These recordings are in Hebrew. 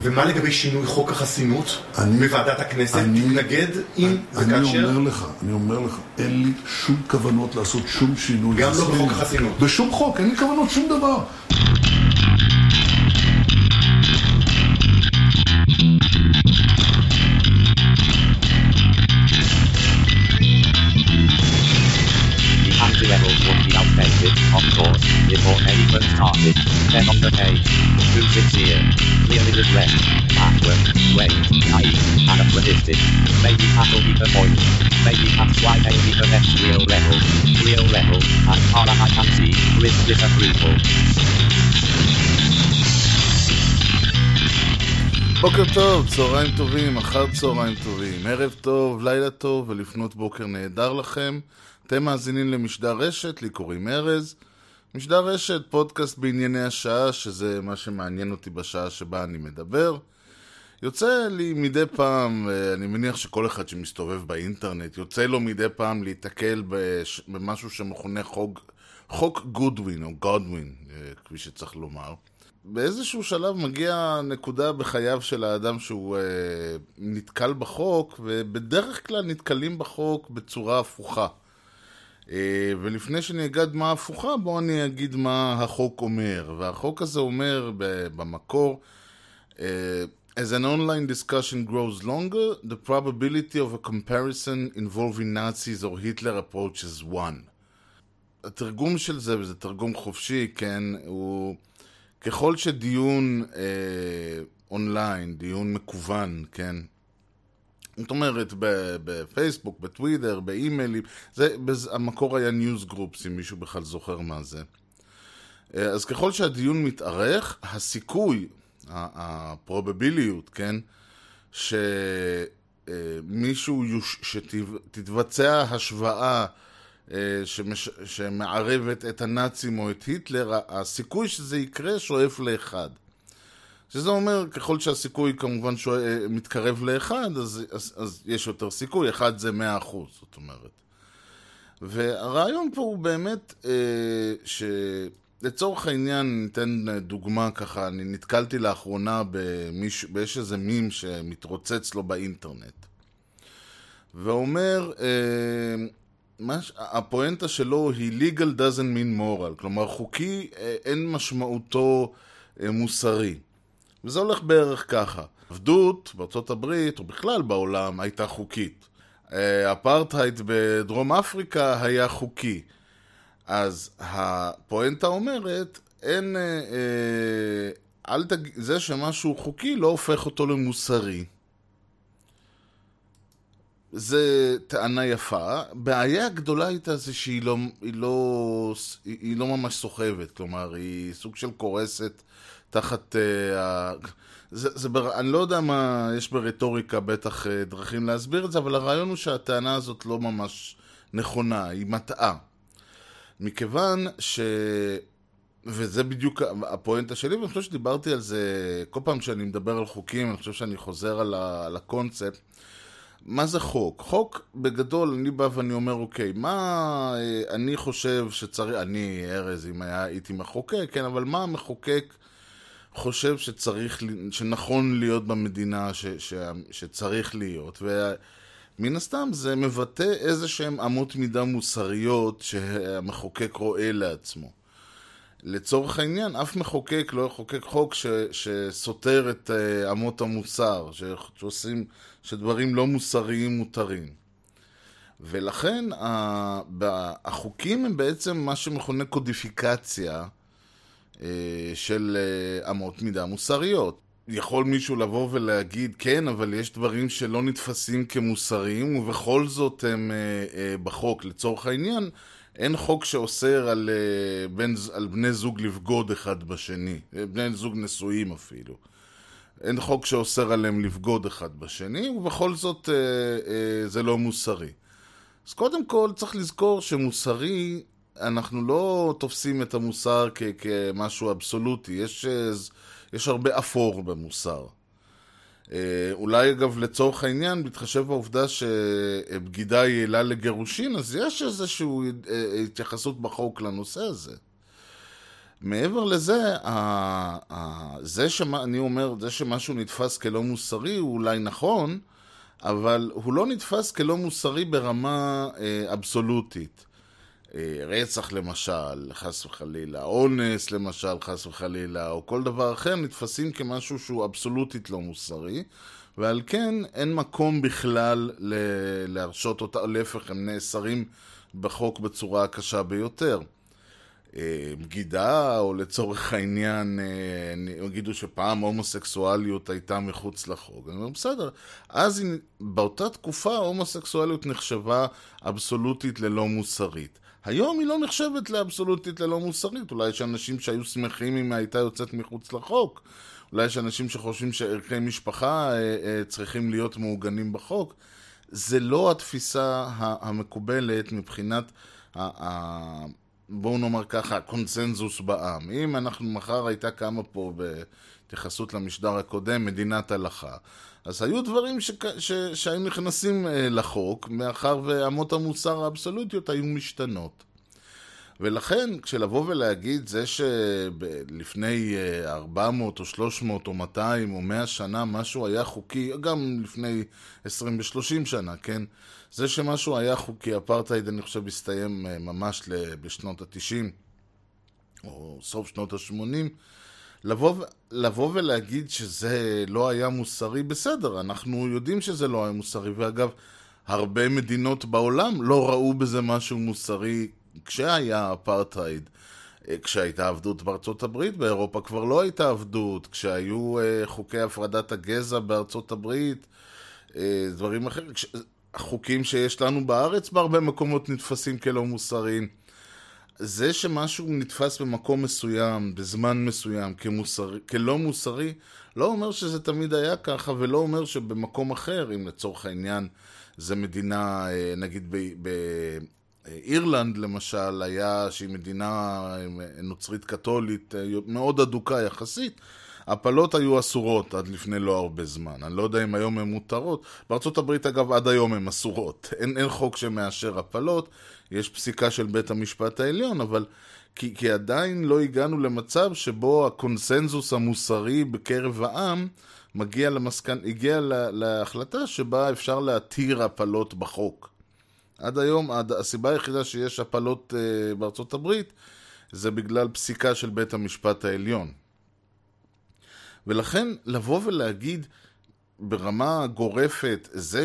ומה לגבי שינוי חוק החסינות בוועדת הכנסת? תתנגד אם אני אומר לך, אין לי שום כוונות לעשות שום שינוי. גם לא בחוק החסינות? בשום חוק, אין לי כוונות שום דבר. Levels would be outdated, of course, before anyone started. Then on the page, who's it here? Clearly regret, backward, wait, naive, anachronistic. Maybe that'll be the point. Maybe that's why they need the next real level. As far as I can see, with disapproval. בוקר טוב, צהריים טובים, אחר צהריים טובים, ערב טוב, לילה טוב ולפנות בוקר נהדר לכם. אתם מאזינים למשדר רשת, לי קוראים ארז. משדר רשת, פודקאסט בענייני השעה, שזה מה שמעניין אותי בשעה שבה אני מדבר. יוצא לי מדי פעם, אני מניח שכל אחד שמסתובב באינטרנט, יוצא לו מדי פעם להתקל במשהו שמכונה חוק גודווין או גודווין, כפי שצריך לומר. באיזשהו שלב מגיע נקודה בחייו של האדם שהוא נתקל בחוק, ובדרך כלל נתקלים בחוק בצורה הפוכה. ולפני שאני אגיד מה הפוכה, בואו אני אגיד מה החוק אומר. והחוק הזה אומר במקור, As an online discussion grows longer, the probability of a comparison involving Nazis or Hitler approaches 1. התרגום של זה, וזה תרגום חופשי, כן, הוא ככל שדיון אונליין, דיון מקוון, כן, זאת אומרת, בפייסבוק, בטוויטר, באימיילים, המקור היה ניוז גרופס, אם מישהו בכלל זוכר מה זה. אז ככל שהדיון מתארך, הסיכוי, הפרובביליות, כן, שמישהו, שתתבצע השוואה שמערבת את הנאצים או את היטלר, הסיכוי שזה יקרה שואף לאחד. שזה אומר, ככל שהסיכוי כמובן מתקרב לאחד, אז יש יותר סיכוי, אחד זה 100%, זאת אומרת. והרעיון פה הוא באמת, שלצורך העניין, ניתן דוגמה ככה, אני נתקלתי לאחרונה באיש איזה מים שמתרוצץ לו באינטרנט. ואומר, הפואנטה שלו היא legal doesn't mean moral, כלומר חוקי אין משמעותו מוסרי. וזה הולך בערך ככה. עבדות בארצות הברית, או בכלל בעולם, הייתה חוקית. אפרטהייד בדרום אפריקה היה חוקי. אז הפואנטה אומרת, זה שמשהו חוקי לא הופך אותו למוסרי. זה טענה יפה. בעיה הגדולה הייתה זה שהיא לא ממש סוחבת. כלומר, היא סוג של קורסת תחת אני לא יודע מה יש ברטוריקה, בטח דרכים להסביר את זה, אבל הרעיון הוא שהטענה הזאת לא ממש נכונה, היא מטעה. מכיוון וזה בדיוק הפואנטה שלי, ואני חושב שדיברתי על זה כל פעם שאני מדבר על חוקים, אני חושב שאני חוזר על הקונספט. מה זה חוק? חוק בגדול, אני בא ואני אומר, אוקיי, מה אני חושב שצריך, אני ארז אם הייתי מחוקק, כן, אבל מה המחוקק חושב שנכון להיות במדינה שצריך להיות, ומן הסתם זה מבטא איזה שהם אמות מידה מוסריות שהמחוקק רואה לעצמו. לצורך העניין, אף מחוקק לא יחוקק חוק שסותר את אמות המוסר, שעושים שדברים לא מוסריים מותרים. ולכן החוקים הם בעצם מה שמכונה קודיפיקציה של אמות מידה מוסריות. יכול מישהו לבוא ולהגיד, כן, אבל יש דברים שלא נתפסים כמוסריים, ובכל זאת הם בחוק. לצורך העניין, אין חוק שאוסר על בני זוג לבגוד אחד בשני, בני זוג נשואים אפילו. אין חוק שאוסר עליהם לבגוד אחד בשני, ובכל זאת זה לא מוסרי. אז קודם כל צריך לזכור שמוסרי, אנחנו לא תופסים את המוסר כמשהו אבסולוטי, יש הרבה אפור במוסר. אולי אגב לצורך העניין, בהתחשב בעובדה שבגידה היא עילה לגירושין, אז יש איזושהי התייחסות בחוק לנושא הזה. מעבר לזה, אני אומר, זה שמשהו נתפס כלא מוסרי הוא אולי נכון, אבל הוא לא נתפס כלא מוסרי ברמה אבסולוטית. רצח למשל, חס וחלילה, אונס למשל, חס וחלילה, או כל דבר אחר נתפסים כמשהו שהוא אבסולוטית לא מוסרי, ועל כן אין מקום בכלל להרשות אותה, להפך, הם נאסרים בחוק בצורה הקשה ביותר. בגידה, או לצורך העניין, יגידו שפעם הומוסקסואליות הייתה מחוץ לחוק. אני אומר, בסדר. אז באותה תקופה הומוסקסואליות נחשבה אבסולוטית ללא מוסרית. היום היא לא נחשבת לאבסולוטית ללא מוסרית. אולי יש אנשים שהיו שמחים אם הייתה יוצאת מחוץ לחוק. אולי יש אנשים שחושבים שערכי משפחה צריכים להיות מעוגנים בחוק. זה לא התפיסה המקובלת מבחינת בואו נאמר ככה, הקונסנזוס בעם. אם אנחנו מחר הייתה כמה פה בהתייחסות למשדר הקודם, מדינת הלכה, אז היו דברים שהיו נכנסים לחוק, מאחר ואמות המוסר האבסולוטיות היו משתנות. ולכן, כשלבוא ולהגיד זה שלפני 400 או 300 או 200 או 100 שנה משהו היה חוקי, גם לפני 20 ו-30 שנה, כן? זה שמשהו היה חוקי, אפרטהייד אני חושב הסתיים ממש בשנות ה-90 או סוף שנות ה-80, לבוא ולהגיד שזה לא היה מוסרי, בסדר, אנחנו יודעים שזה לא היה מוסרי, ואגב, הרבה מדינות בעולם לא ראו בזה משהו מוסרי כשהיה אפרטהייד. כשהייתה עבדות בארצות הברית, באירופה כבר לא הייתה עבדות, כשהיו חוקי הפרדת הגזע בארצות הברית, דברים אחרים, החוקים שיש לנו בארץ בהרבה מקומות נתפסים כלא מוסריים. זה שמשהו נתפס במקום מסוים, בזמן מסוים, כלא מוסרי, לא אומר שזה תמיד היה ככה, ולא אומר שבמקום אחר, אם לצורך העניין זה מדינה, נגיד באירלנד למשל, היה שהיא מדינה נוצרית קתולית מאוד אדוקה יחסית, הפלות היו אסורות עד לפני לא הרבה זמן. אני לא יודע אם היום הן מותרות. בארצות הברית אגב עד היום הן אסורות. אין חוק שמאשר הפלות. יש פסיקה של בית המשפט העליון, אבל כי עדיין לא הגענו למצב שבו הקונסנזוס המוסרי בקרב העם הגיע להחלטה שבה אפשר להתיר הפלות בחוק. עד היום הסיבה היחידה שיש הפלות בארצות הברית זה בגלל פסיקה של בית המשפט העליון. ולכן לבוא ולהגיד ברמה גורפת זה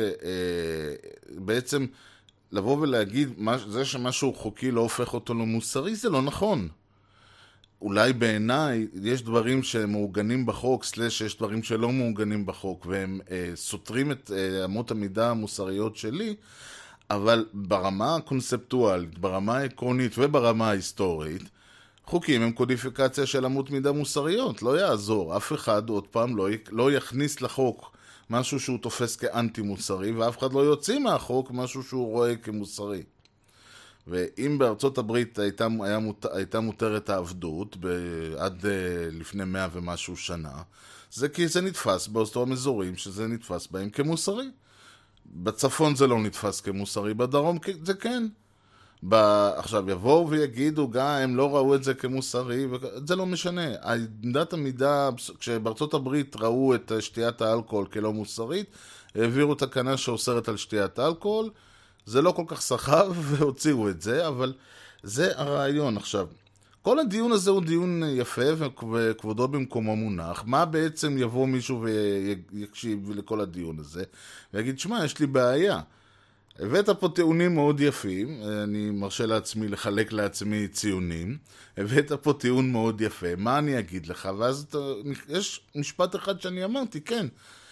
שבעצם לבוא ולהגיד זה שמשהו חוקי לא הופך אותו למוסרי, זה לא נכון. אולי בעיניי יש דברים שמעוגנים בחוק, יש דברים שלא מעוגנים בחוק, והם סותרים את אמות המידה המוסריות שלי, אבל ברמה הקונספטואלית, ברמה העקרונית וברמה ההיסטורית, חוקים הם קודיפיקציה של אמות מידה מוסריות, לא יעזור. אף אחד עוד פעם לא יכניס לחוק משהו שהוא תופס כאנטי מוסרי, ואף אחד לא יוציא מהחוק משהו שהוא רואה כמוסרי. ואם בארצות הברית הייתה מותרת העבדות עד לפני 100 ומשהו שנה, זה כי זה נתפס באותם אזורים שזה נתפס בהם כמוסרי. בצפון זה לא נתפס כמוסרי, בדרום זה כן. עכשיו יבואו ויגידו גם הם לא ראו את זה כמוסרי, זה לא משנה. עמדת המידה, כשבארצות הברית ראו את שתיית האלכוהול כלא מוסרית, העבירו תקנה שאוסרת על שתיית האלכוהול, זה לא כל כך סחב והוציאו את זה, אבל זה הרעיון. עכשיו, כל הדיון הזה הוא דיון יפה וכבודו במקומו מונח. מה בעצם יבוא מישהו ויקשיב לכל הדיון הזה ויגיד, שמע, יש לי בעיה. הבאת פה טיעונים מאוד יפים, אני מרשה לעצמי לחלק לעצמי ציונים, הבאת פה טיעון מאוד יפה, מה אני אגיד לך? ואז יש משפט אחד שאני אמרתי, כן,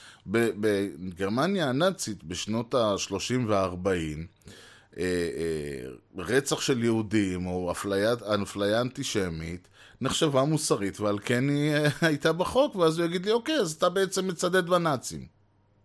בגרמניה הנאצית בשנות ה-30 וה-40, רצח של יהודים או אפליה אנטישמית נחשבה מוסרית, ועל כן היא הייתה בחוק, ואז הוא יגיד לי, אוקיי, אז אתה בעצם מצדד בנאצים.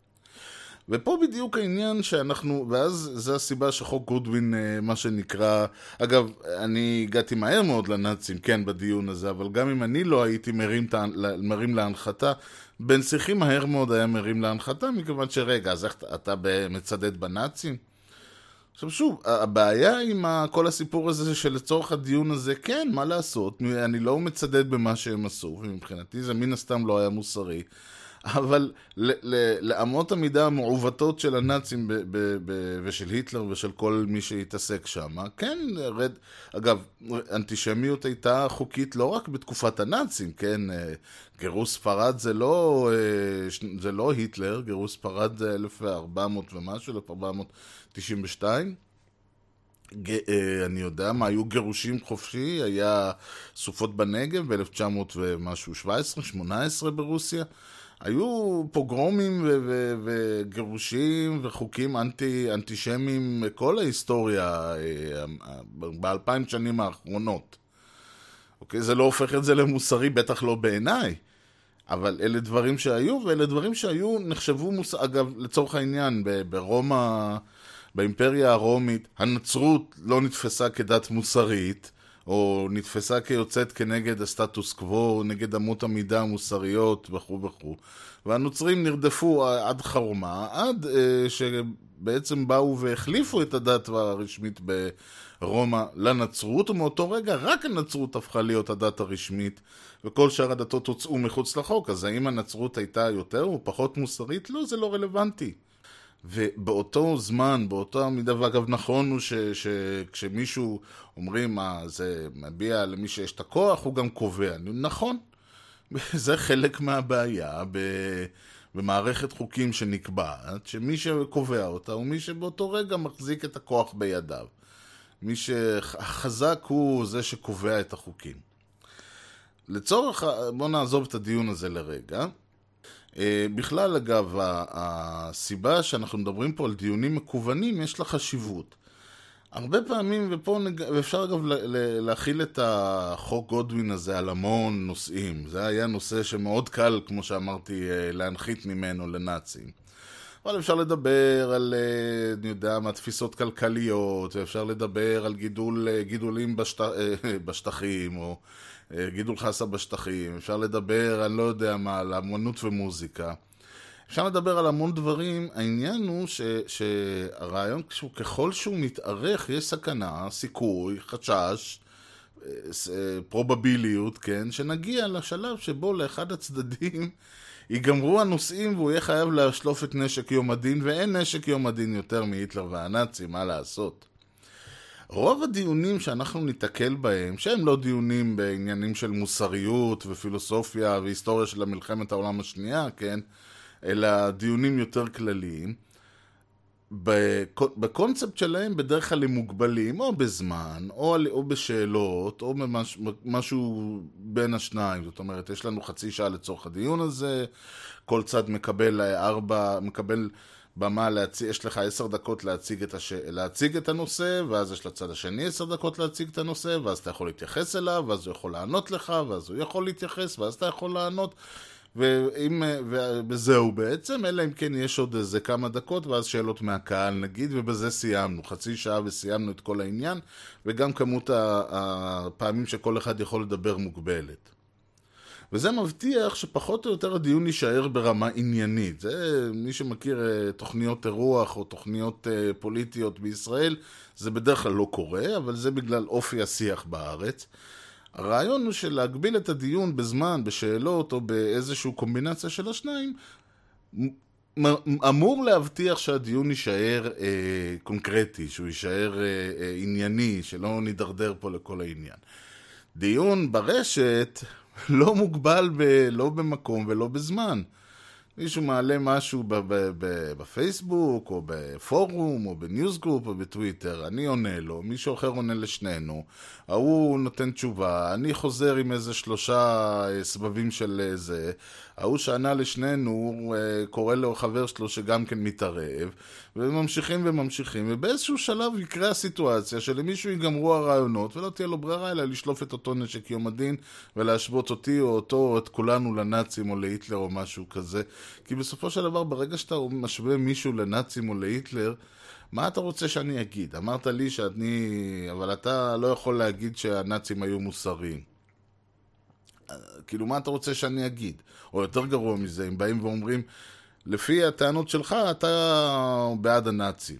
ופה בדיוק העניין שאנחנו, ואז זה הסיבה שחוק גודווין, מה שנקרא, אגב, אני הגעתי מהר מאוד לנאצים, כן, בדיון הזה, אבל גם אם אני לא הייתי מרים להנחתה, בן שיחי מהר מאוד היה מרים להנחתה, מכיוון שרגע, אז אתה מצדד בנאצים? עכשיו שוב, הבעיה עם כל הסיפור הזה זה שלצורך הדיון הזה, כן, מה לעשות, אני לא מצדד במה שהם עשו, ומבחינתי זה מן הסתם לא היה מוסרי, אבל לאמות המידה המעוותות של הנאצים ושל היטלר ושל כל מי שהתעסק שם, כן, אגב, אנטישמיות הייתה חוקית לא רק בתקופת הנאצים, כן, גירוש ספרד זה לא היטלר, גירוש ספרד זה 1400 ומשהו, 1492, אני יודע מה, היו גירושים חופשי, היה סופות בנגב ב-1917, 18 ברוסיה, היו פוגרומים וגירושים וחוקים אנטישמיים כל ההיסטוריה ב-2000 שנים האחרונות. אוקיי, זה לא הופך את זה למוסרי, בטח לא בעיניי, אבל אלה דברים שהיו, ואלה דברים שהיו נחשבו אגב, לצורך העניין, ברומא, באימפריה הרומית, הנצרות לא נתפסה כדת מוסרית, או נתפסה כיוצאת כנגד הסטטוס קוו, נגד אמות המידה המוסריות וכו' וכו'. והנוצרים נרדפו עד חרומה, עד שבעצם באו והחליפו את הדת הרשמית ברומא לנצרות, ומאותו רגע רק הנצרות הפכה להיות הדת הרשמית, וכל שאר הדתות הוצאו מחוץ לחוק. אז האם הנצרות הייתה יותר או פחות מוסרית? לא, זה לא רלוונטי. ובאותו זמן, באותו מידה, ואגב נכון הוא שכשמישהו אומרים זה מביע למי שיש את הכוח, הוא גם קובע. נכון, זה חלק מהבעיה במערכת חוקים שנקבעת, שמי שקובע אותה הוא מי שבאותו רגע מחזיק את הכוח בידיו. מי שחזק הוא זה שקובע את החוקים. לצורך, בוא נעזוב את הדיון הזה לרגע. בכלל, אגב, הסיבה שאנחנו מדברים פה על דיונים מקוונים, יש לה חשיבות. הרבה פעמים, ופה אפשר אגב להכיל את החוק גודווין הזה על המון נושאים. זה היה נושא שמאוד קל, כמו שאמרתי, להנחית ממנו לנאצים. אבל אפשר לדבר על, אני יודע, תפיסות כלכליות, ואפשר לדבר על גידולים בשטחים, או גידול חסה בשטחים, אפשר לדבר, אני לא יודע מה, על אמנות ומוזיקה. אפשר לדבר על המון דברים. העניין הוא שהרעיון, ככל שהוא מתארך, יש סכנה, סיכוי, חשש, פרובביליות, כן, שנגיע לשלב שבו לאחד הצדדים ייגמרו הנושאים והוא יהיה חייב להשלוף את נשק יום הדין, ואין נשק יום הדין יותר מהיטלר והנאצים, מה לעשות? רוב הדיונים שאנחנו ניתקל בהם, שהם לא דיונים בעניינים של מוסריות ופילוסופיה והיסטוריה של מלחמת העולם השנייה, כן? אלא דיונים יותר כלליים, בקונספט שלהם בדרך כלל הם מוגבלים, או בזמן, או בשאלות, או משהו בין השניים. זאת אומרת, יש לנו חצי שעה לצורך הדיון הזה, כל צד מקבל במה, יש לך 10 דקות להציג את הנושא, ואז יש לצד השני 10 דקות להציג את הנושא, ואז אתה יכול להתייחס אליו, ואז הוא יכול לענות לך, ואז הוא יכול להתייחס, ואז אתה יכול לענות, וזהו בעצם, אלא אם כן יש עוד איזה כמה דקות, ואז שאלות מהקהל נגיד, ובזה סיימנו, חצי שעה וסיימנו את כל העניין, וגם כמות הפעמים שכל אחד יכול לדבר מוגבלת. וזה מבטיח שפחות או יותר הדיון יישאר ברמה עניינית. זה מי שמכיר תוכניות אירוח או תוכניות פוליטיות בישראל, זה בדרך כלל לא קורה, אבל זה בגלל אופי השיח בארץ. הרעיון הוא של להגביל את הדיון בזמן, בשאלות או באיזשהו קומבינציה של השניים, אמור להבטיח שהדיון יישאר קונקרטי, שהוא יישאר ענייני, שלא נדרדר פה לכל העניין. דיון ברשת לא מוגבל לא במקום ולא בזמן. מישהו מעלה משהו בפייסבוק או בפורום או בניוזגרופ או בטוויטר, אני עונה לו, מישהו אחר עונה לשנינו, הוא נותן תשובה, אני חוזר עם איזה 3 סבבים של זה, הוא שענה לשנינו קורא לו חבר שלו שגם כן מתערב, וממשיכים וממשיכים, ובאיזשהו שלב יקרה הסיטואציה שלמישהו ייגמרו הרעיונות ולא תהיה לו ברירה אלא לשלוף את אותו נשק יום הדין ולהשוות אותי או אותו או את כולנו לנאצים או להיטלר או משהו כזה. כי בסופו של דבר ברגע שאתה משווה מישהו לנאצים או להיטלר, מה אתה רוצה שאני אגיד? אמרת לי אבל אתה לא יכול להגיד שהנאצים היו מוסריים. כאילו מה אתה רוצה שאני אגיד? או יותר גרוע מזה, אם באים ואומרים לפי הטענות שלך אתה בעד הנאצים.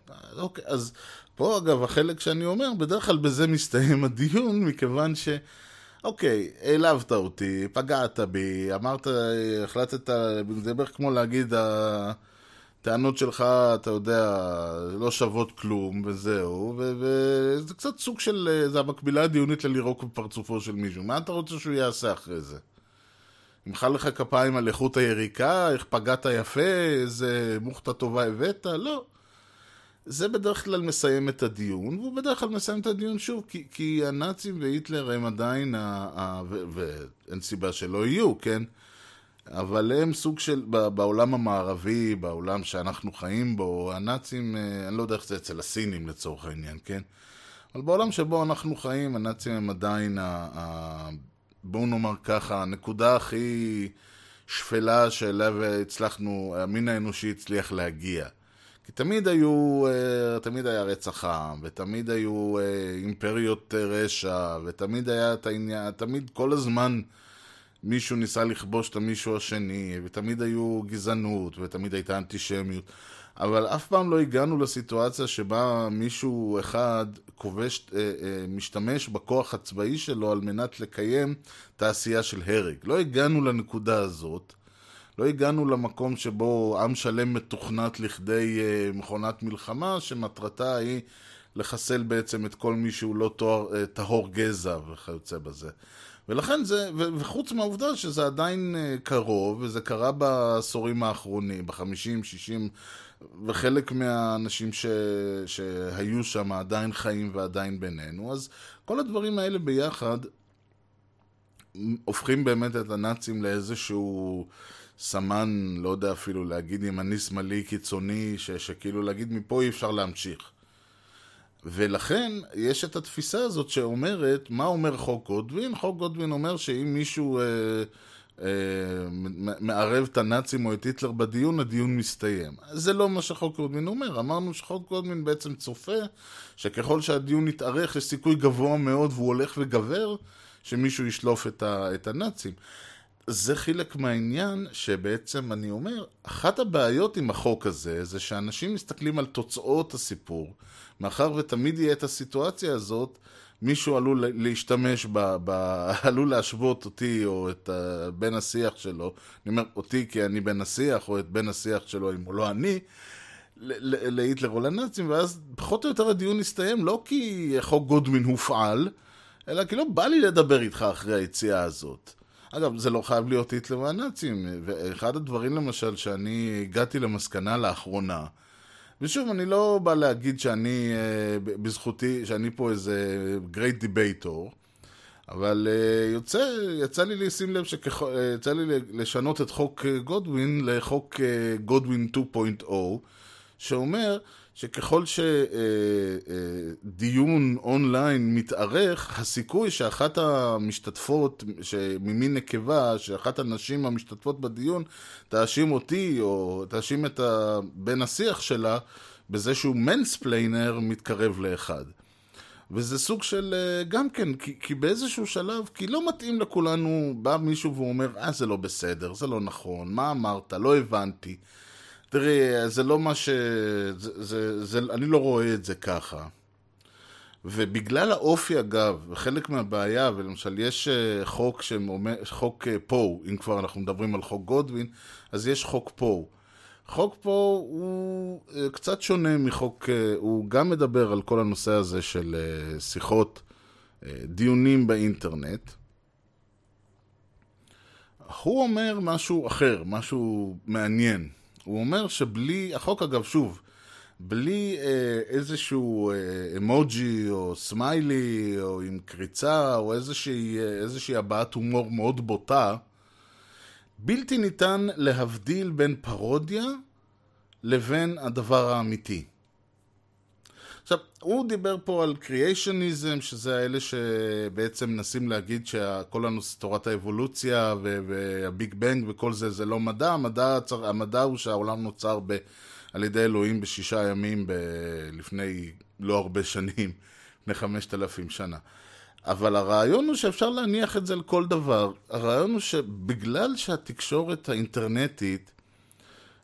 אוקיי, אז פה אגב החלק שאני אומר, בדרך כלל בזה מסתיים הדיון, מכיוון ש... אוקיי, העלבת אותי, פגעת בי, אמרת, החלטת, זה בערך כמו להגיד, הטענות שלך, אתה יודע, לא שוות כלום, וזהו, וזה קצת סוג של, זה המקבילה הדיונית ללירוק בפרצופו של מישהו. מה אתה רוצה שהוא יעשה אחרי זה? ימחא לך כפיים על איכות היריקה, איך פגעת יפה, איזה מוכתה טובה הבאת? לא. זה בדרך כלל מסיים את הדיון, והוא בדרך כלל מסיים את הדיון שוב, כי הנאצים והיטלר הם עדיין, ואין סיבה שלא יהיו, כן? אבל הם סוג של, בעולם המערבי, בעולם שאנחנו חיים בו, הנאצים, אני לא יודע איך זה אצל הסינים לצורך העניין, כן? אבל בעולם שבו אנחנו חיים, הנאצים הם עדיין, בואו נאמר ככה, הנקודה הכי שפלה שאליה הצלחנו, המין האנושי הצליח להגיע. כי תמיד היה רצח עם, ותמיד היו אימפריות רשע, ותמיד היה את העניין, תמיד כל הזמן מישהו ניסה לכבוש את המישהו השני, ותמיד היו גזענות, ותמיד הייתה אנטישמיות. אבל אף פעם לא הגענו לסיטואציה שבה מישהו אחד משתמש בכוח הצבאי שלו על מנת לקיים תעשייה של הרג. לא הגענו לנקודה הזאת. לא הגענו למקום שבו עם שלם מתוכנת לכדי מכונת מלחמה, שמטרתה היא לחסל בעצם את כל מי שהוא לא טהור גזע וכיוצא בזה. ולכן זה, וחוץ מהעובדה שזה עדיין קרוב, וזה קרה בעשורים האחרונים, ב-50, 60, וחלק מהאנשים שהיו שם עדיין חיים ועדיין בינינו, אז כל הדברים האלה ביחד הופכים באמת את הנאצים לאיזשהו סמן, לא יודע אפילו להגיד ימני שמאלי קיצוני, שכאילו להגיד מפה אי אפשר להמשיך. ולכן יש את התפיסה הזאת שאומרת, מה אומר חוק גודווין? חוק גודווין אומר שאם מישהו מערב את הנאצים או את היטלר בדיון, הדיון מסתיים. זה לא מה שחוק גודווין אומר. אמרנו שחוק גודווין בעצם צופה שככל שהדיון יתארך יש סיכוי גבוה מאוד והוא הולך וגבר שמישהו ישלוף את הנאצים. זה חלק מהעניין שבעצם אני אומר, אחת הבעיות עם החוק הזה זה שאנשים מסתכלים על תוצאות הסיפור, מאחר ותמיד יהיה את הסיטואציה הזאת, מישהו עלול להשתמש עלול להשוות אותי או את בן השיח שלו, אני אומר אותי כי אני בן השיח או את בן השיח שלו אם הוא לא אני, להיטלר או לנאצים, ואז פחות או יותר הדיון יסתיים לא כי חוק גודווין הופעל, אלא כי לא בא לי לדבר איתך אחרי היציאה הזאת. אגב, זה לא חייב להיות היטלר והנאצים, ואחד הדברים למשל שאני הגעתי למסקנה לאחרונה, ושוב, אני לא בא להגיד שאני, בזכותי, שאני פה איזה great debater, אבל יצא לי לשים לב יצא לי לשנות את חוק גודווין לחוק גודווין 2.0, שאומר שככל שדיון אונליין מתארך, הסיכוי שאחת המשתתפות, ממין נקבה, שאחת הנשים המשתתפות בדיון, תאשים אותי או תאשים את בן השיח שלה, בזה שהוא מנספליינר מתקרב לאחד. וזה סוג של, גם כן, כי באיזשהו שלב, כי לא מתאים לכולנו, בא מישהו ואומר, זה לא בסדר, זה לא נכון, מה אמרת, לא הבנתי. תראי, זה לא מה אני לא רואה את זה ככה. ובגלל האופי אגב, וחלק מהבעיה, ולמשל יש חוק שאומר, חוק פה, אם כבר אנחנו מדברים על חוק גודווין, אז יש חוק פה. חוק פה הוא קצת שונה מחוק, הוא גם מדבר על כל הנושא הזה של שיחות, דיונים באינטרנט. הוא אומר משהו אחר, משהו מעניין. הוא אומר שבלי, החוק אגב שוב, בלי איזשהו אמוג'י או סמיילי או עם קריצה או איזושהי הבעת הומור מאוד בוטה, בלתי ניתן להבדיל בין פרודיה לבין הדבר האמיתי. עכשיו, הוא דיבר פה על קריאיישניזם, שזה האלה שבעצם מנסים להגיד שכל תורת האבולוציה והביג בנג וכל זה, זה לא מדע. המדע הוא שהעולם נוצר על ידי אלוהים ב6 ימים לפני לא הרבה שנים, לפני 5,000 שנה. אבל הרעיון הוא שאפשר להניח את זה על כל דבר. הרעיון הוא שבגלל שהתקשורת האינטרנטית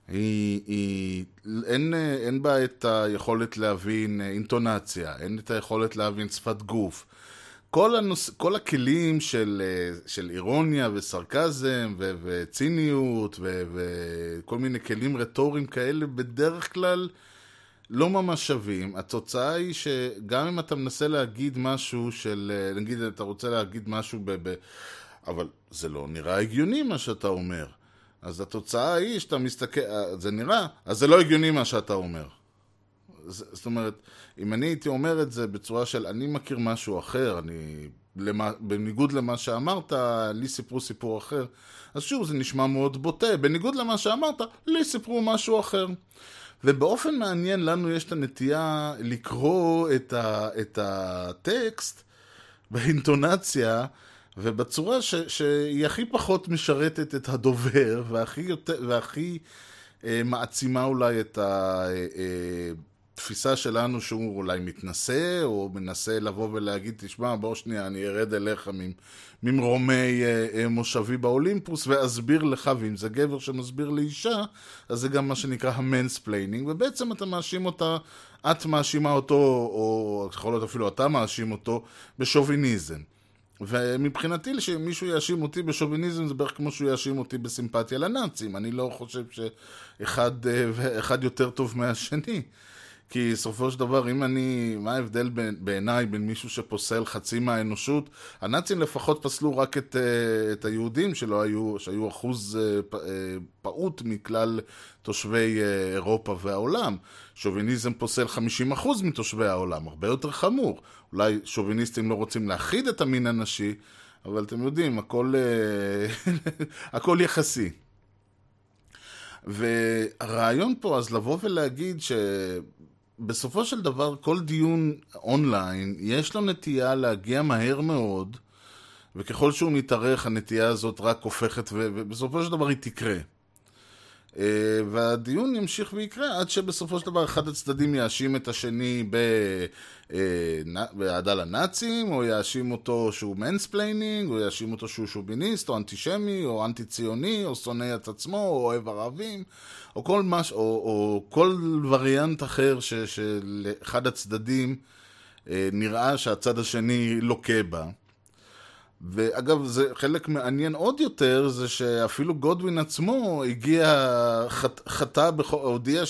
אין בה את היכולת להבין אינטונציה, אין את היכולת להבין שפת גוף. כל הכלים של אירוניה וסרקזם וציניות וכל מיני כלים רטוריים כאלה בדרך כלל לא ממש שווים. התוצאה היא שגם אם אתה מנסה להגיד משהו נגיד אתה רוצה להגיד משהו אבל זה לא נראה הגיוני מה שאתה אומר. אז התוצאה היא שאתה מסתכל, זה נראה, אז זה לא הגיוני מה שאתה אומר. זאת אומרת, אם אני הייתי אומר את זה בצורה של אני מכיר משהו אחר, בניגוד למה שאמרת, לי סיפרו סיפור אחר, אז שוב זה נשמע מאוד בוטה, בניגוד למה שאמרת, לי סיפרו משהו אחר. ובאופן מעניין לנו יש את הנטייה לקרוא את הטקסט באינטונציה, ובצורה שהיא הכי פחות משרתת את הדובר, והכי מעצימה אולי את התפיסה שלנו שהוא אולי מתנסה, או מנסה לבוא ולהגיד, תשמע, בוא שנייה, אני ארד אליך ממרומי מושבי באולימפוס, ואסביר לך, ואם זה גבר שמסביר לאישה, אז זה גם מה שנקרא המנספליינינג, ובעצם אתה מאשים אותה, את מאשימה אותו, או יכול להיות אפילו אתה מאשים אותו, בשוביניזם. ומבחינתי שמישהו יאשים אותי בשוביניזם זה בערך כמו שהוא יאשים אותי בסימפתיה לנאצים. אני לא חושב שאחד יותר טוב מהשני. כי סופו של דבר, מה ההבדל בעיניי בין מישהו שפוסל חצי מהאנושות? הנאצים לפחות פסלו רק את היהודים שהיו אחוז פעוט מכלל תושבי אירופה והעולם. שוביניזם פוסל 50% מתושבי העולם, הרבה יותר חמור. אולי שוביניסטים לא רוצים להחיד את המין הנשי, אבל אתם יודעים, הכל יחסי. והרעיון פה אז לבוא ולהגיד בסופו של דבר, כל דיון אונליין, יש לו נטייה להגיע מהר מאוד, וככל שהוא מתארך, הנטייה הזאת רק הופכת, ובסופו של דבר היא תקרה. והדיון ימשיך ויקרה, עד שבסופו של דבר אחד הצדדים יאשים את השני בעדה לנאצים, או יאשים אותו שהוא מנספליינינג, או יאשים אותו שהוא שוביניסט, או אנטישמי, או אנטי-ציוני, או שונא את עצמו, או אוהב ערבים, או כל וריאנט אחר שלאחד הצדדים נראה שהצד השני לוקה בה. ואגב, זה חלק מעניין עוד יותר, זה שאפילו גודווין עצמו הודיע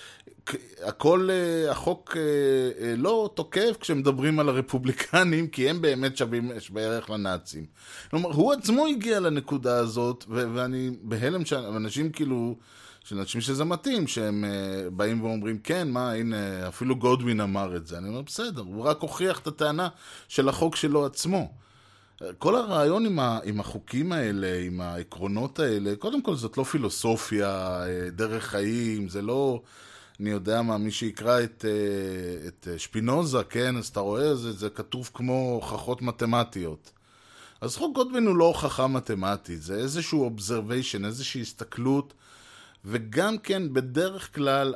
החוק לא תוקף כשמדברים על הרפובליקנים, כי הם באמת שווים בערך לנאצים. כלומר, הוא עצמו הגיע לנקודה הזאת, ואני בהלם שאנשים אנשים שזה מתאים, שהם באים ואומרים, כן, הנה, אפילו גודווין אמר את זה. אני אומר, בסדר, הוא רק הוכיח את הטענה של החוק שלו עצמו. כל הרעיון עם החוקים האלה, עם העקרונות האלה, קודם כל זאת לא פילוסופיה, דרך חיים, זה לא, אני יודע מה, מי שיקרא את שפינוזה, כן, אז אתה רואה, זה כתוב כמו הוכחות מתמטיות. אז חוק גודווין הוא לא הוכחה מתמטית, זה איזשהו observation, איזושהי הסתכלות, וגם כן בדרך כלל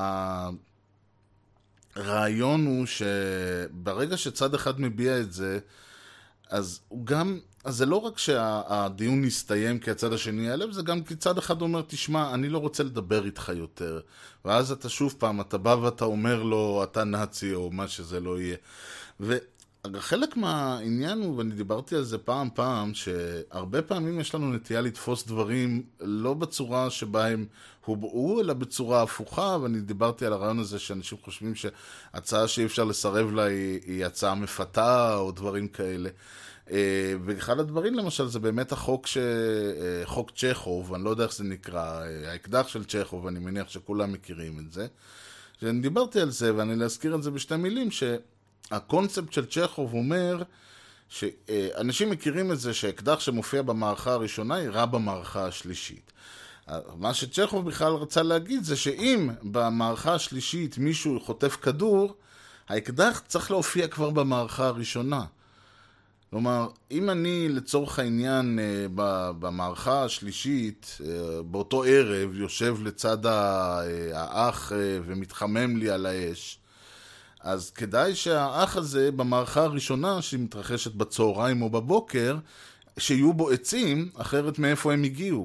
הרעיון הוא שברגע שצד אחד מביע את זה, אז זה לא רק שהדיון יסתיים כי הצד השני יעלב, זה גם כי צד אחד אומר, תשמע, אני לא רוצה לדבר איתך יותר. ואז אתה שוב פעם, אתה בא ואתה אומר לו, אתה נאצי או מה שזה לא יהיה. וחלק מהעניין הוא, ואני דיברתי על זה פעם, שהרבה פעמים יש לנו נטייה לתפוס דברים לא בצורה שבה הם הובאו, אלא בצורה הפוכה, ואני דיברתי על הרעיון הזה שאנשים חושבים שהצעה שאי אפשר לסרב לה היא הצעה מפתה או דברים כאלה. ואחד הדברים למשל זה באמת חוק צ'כוב, אני לא יודע איך זה נקרא, האקדח של צ'כוב, אני מניח שכולם מכירים את זה. שאני דיברתי על זה, ואני להזכיר את זה בשתי מילים, שהקונספט של צ'כוב אומר שאנשים מכירים את זה שהאקדח שמופיע במערכה הראשונה היא רע במערכה השלישית. מה שצ'כוב בכלל רצה להגיד זה שאם במערכה השלישית מישהו חוטף כדור, האקדח צריך להופיע כבר במערכה הראשונה. כלומר, אם אני לצורך העניין במערכה השלישית, באותו ערב יושב לצד האח ומתחמם לי על האש, אז כדאי שהאח הזה במערכה הראשונה שמתרחשת בצהריים או בבוקר, שיהיו בו עצים, אחרת מאיפה הם הגיעו.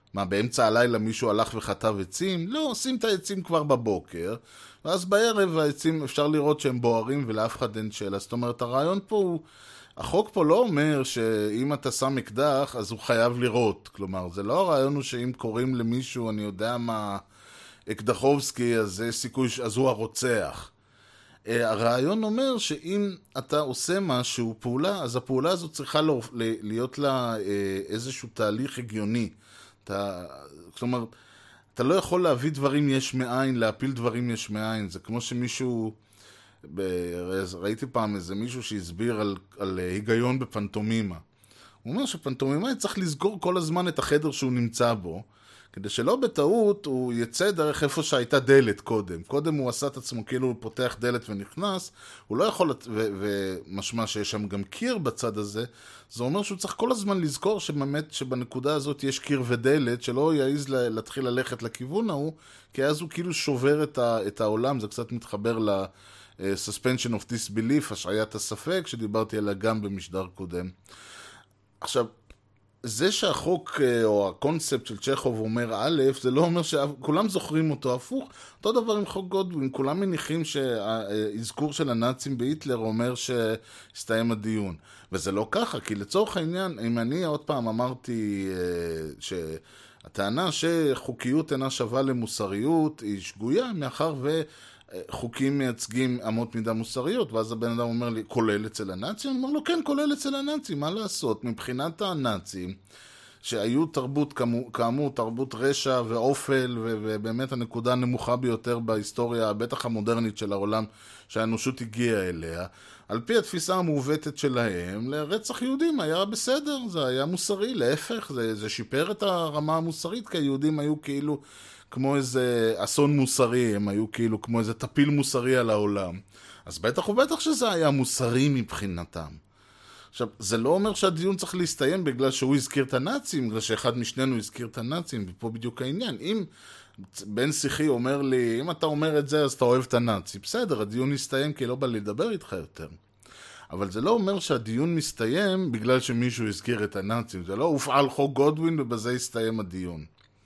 מה, באמצע הלילה מישהו הלך וחטב עצים? לא, עושים את העצים כבר בבוקר, ואז בערב העצים אפשר לראות שהם בוערים ולאף אחד אין שאלה. זאת אומרת, הרעיון פה הוא, החוק פה לא אומר שאם אתה שם אקדח אז הוא חייב לראות. כלומר, זה לא הרעיון הוא שאם קוראים למישהו, אני יודע מה, אקדחובסקי, אז זה סיכוי, אז הוא הרוצח. הרעיון אומר שאם אתה עושה משהו, פעולה, אז הפעולה הזאת צריכה להיות לה איזשהו תהליך הגיוני. כלומר, אתה לא יכול להביא דברים יש מאין, להפיל דברים יש מאין. זה כמו שמישהו, ראיתי פעם איזה מישהו שהסביר על היגיון בפנטומימה. הוא אומר שפנטומימה צריך לסגור כל הזמן את החדר שהוא נמצא בו, כדי שלא בטעות הוא יצא דרך איפה שהייתה דלת קודם. קודם הוא עשה את עצמו כאילו הוא פותח דלת ונכנס, הוא לא יכול, ומשמע שיש שם גם קיר בצד הזה, זה אומר שהוא צריך כל הזמן לזכור שבאמת שבנקודה הזאת יש קיר ודלת, שלא יעיז להתחיל ללכת לכיוון ההוא, כי אז הוא כאילו שובר את העולם. זה קצת מתחבר ל-suspension of disbelief, השעיית הספק, שדיברתי עליה גם במשדר קודם. עכשיו, זה שהחוק או הקונספט של צ'כוב אומר א', זה לא אומר שכולם זוכרים אותו הפוך. אותו דבר עם חוק גודווין, כולם מניחים שהאזכור של הנאצים בהיטלר אומר שהסתיים הדיון. וזה לא ככה, כי לצורך העניין, אם אני עוד פעם אמרתי שהטענה שחוקיות אינה שווה למוסריות היא שגויה, מאחר חוקים מייצגים אמות מידה מוסריות, ואז הבן אדם אומר לי, כולל אצל הנאצים? אני אומר לו, כן, כולל אצל הנאצים, מה לעשות? מבחינת הנאצים, שהיו תרבות, כאמור, תרבות רשע ואופל, ובאמת הנקודה הנמוכה ביותר בהיסטוריה, בטח המודרנית של העולם, שהאנושות הגיעה אליה, על פי התפיסה המעוותת שלהם, לרצח יהודים היה בסדר, זה היה מוסרי, להפך, זה שיפר את הרמה המוסרית, כי היהודים היו כאילו כמו איזה אסון מוסרי, הם היו כאילו כמו איזה טפיל מוסרי על העולם. אז בטח ובטח שזה היה מוסרי מבחינתם. עכשיו, זה לא אומר שהדיון צריך להסתיים בגלל שהוא הזכיר את הנאצים, בגלל שאחד משנינו הזכיר את הנאצים, ופה בדיוק העניין. אם בן שיחי אומר לי, אם אתה אומר את זה אז אתה אוהב את הנאצי, בסדר, הדיון יסתיים כי לא בא לדבר איתך יותר. אבל זה לא אומר שהדיון מסתיים בגלל שמישהו הזכיר את הנאצים. זה לא הופעל חוק גודווין ובזה יסתיים הדיון.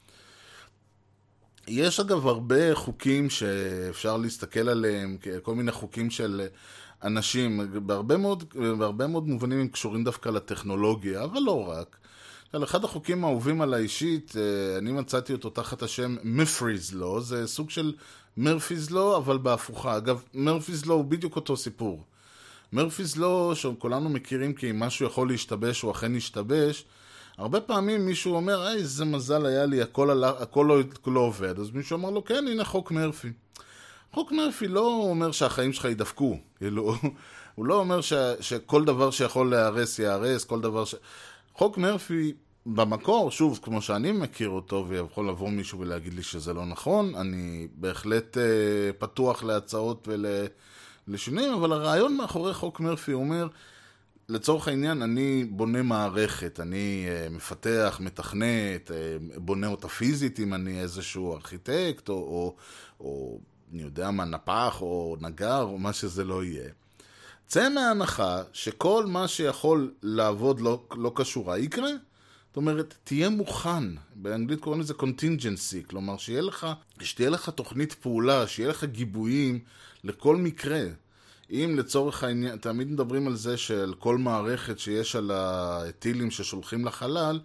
יש אגב הרבה חוקים שאפשר להסתכל עליהם, כל מיני חוקים של אנשים, בהרבה מאוד מובנים הם קשורים דווקא לטכנולוגיה, אבל לא רק. אחד החוקים האהובים על האישית, אני מצאתי אותו תחת השם מפריז לו, זה סוג של מרפיז לו, אבל בהפוכה. אגב, מרפיז לו הוא בדיוק אותו סיפור. מרפיז לו, שכולנו מכירים כי אם משהו יכול להשתבש, הוא אכן ישתבש, הרבה פעמים מישהו אומר, איזה מזל היה לי, הכל לא עובד. אז מישהו אמר לו, כן, הנה חוק מרפי. חוק מרפי לא אומר שהחיים שלך ידפקו. הוא לא אומר שכל דבר שיכול להיהרס יהרס, כל דבר חוק מרפי במקור, שוב, כמו שאני מכיר אותו, ויכול לבוא מישהו ולהגיד לי שזה לא נכון, אני בהחלט פתוח להצעות ולשינויים, אבל הרעיון מאחורי חוק מרפי אומר, לצורך העניין, אני בונה מערכת, אני מפתח, מתכנת, בונה אותה פיזית, אם אני איזשהו ארכיטקט, או אני יודע מה, נפח, או נגר, או מה שזה לא יהיה. צא מההנחה שכל מה שיכול לעבוד לא קשורה יקרה. זאת אומרת, תהיה מוכן, באנגלית קוראים לזה contingency, כלומר שתהיה לך תוכנית פעולה, שיהיה לך גיבויים לכל מקרה. אם לצורך העניין, תמיד מדברים על זה של כל מערכת שיש על הטילים ששולחים לחלל,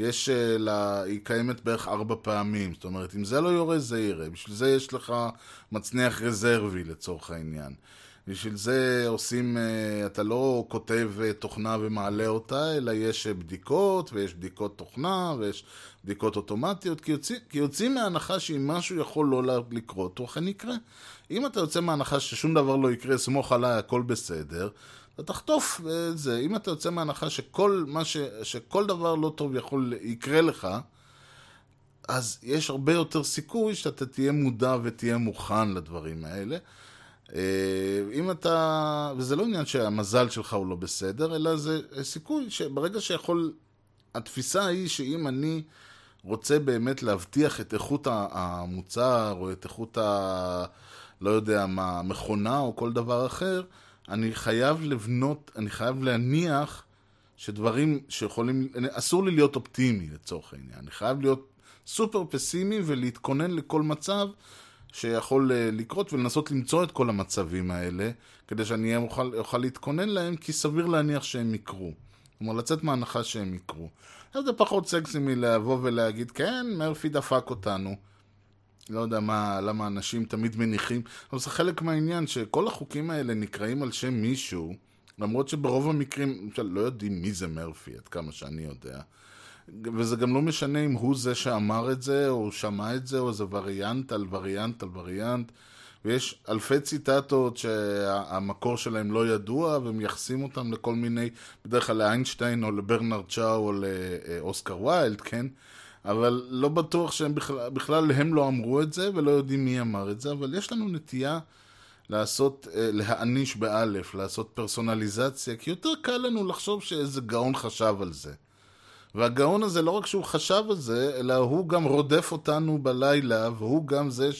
היא קיימת בערך 4 פעמים. זאת אומרת, אם זה לא יורה, זה יראה. בשביל זה יש לך מצניח רזרבי לצורך העניין. בשביל זה עושים, אתה לא כותב תוכנה ומעלה אותה, אלא יש בדיקות, ויש בדיקות תוכנה, ויש בדיקות אוטומטיות, כי יוצאים מההנחה שאם משהו יכול לא לקרות, הוא אכן יקרה. אם אתה יוצא מההנחה ששום דבר לא יקרה, סמוך עליי, הכל בסדר, אתה תחטוף את זה. אם אתה יוצא מההנחה שכל דבר לא טוב יקרה לך, אז יש הרבה יותר סיכוי שאתה תהיה מודע ותהיה מוכן לדברים האלה. אם אתה, וזה לא עניין שהמזל שלך הוא לא בסדר, אלא זה סיכוי שברגע שיכול, התפיסה היא שאם אני רוצה באמת להבטיח את איכות המוצר, או את איכות לא יודע מה, מכונה או כל דבר אחר, אני חייב להניח שדברים שיכולים, אסור לי להיות אופטימי לצורך העניין, אני חייב להיות סופר פסימי ולהתכונן לכל מצב שיכול לקרות ולנסות למצוא את כל המצבים האלה כדי שאני אוכל להתכונן להם, כי סביר להניח שהם יקרו. כלומר, לצאת מההנחה שהם יקרו. אז זה פחות סקסי מלבוא ולהגיד, כן, מרפי דפק אותנו. לא יודע למה אנשים תמיד מניחים, אבל זה חלק מהעניין שכל החוקים האלה נקראים על שם מישהו, למרות שברוב המקרים לא יודעים מי זה מרפי, עד כמה שאני יודע. וזה גם לא משנה אם הוא זה שאמר את זה, או שמע את זה, או זה וריאנט על וריאנט על וריאנט. ויש אלפי ציטטות שהמקור שלהם לא ידוע, ומייחסים אותם לכל מיני, בדרך כלל לאיינשטיין או לברנרד שאו או לאוסקר ויילד, כן? אבל לא בטוח שהם בכלל הם לא אמרו את זה, ולא יודעים מי אמר את זה, אבל יש לנו נטייה לעשות, להעניש באלף, לעשות פרסונליזציה, כי יותר קל לנו לחשוב שאיזה גאון חשב על זה. והגאון הזה לא רק שהוא חשב על זה, אלא הוא גם רודף אותנו בלילה, והוא גם זה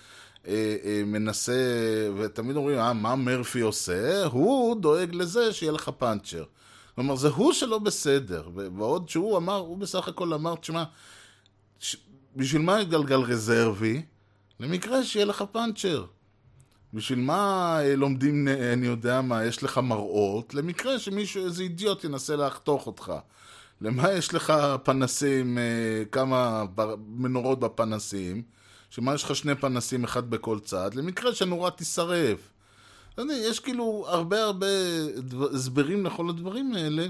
שמנסה, ותמיד אומרים, מה מרפי עושה? הוא דואג לזה שיהיה לך פאנצ'ר. כלומר, זה הוא שלא בסדר, ועוד שהוא אמר, הוא בסך הכל אמר, תשמע, בשביל מה גלגל רזרבי? למקרה שיהיה לך פאנצ'ר. בשביל מה לומדים, אני יודע מה, יש לך מראות? למקרה שמישהו, איזה אידיוט ינסה לחתוך אותך. למה יש לך פנסים, כמה מנורות בפנסים? שמה יש לך 2 פנסים, אחד בכל צד? למקרה שנורה תישרף. יש כאילו הרבה הסברים לכל הדברים האלה,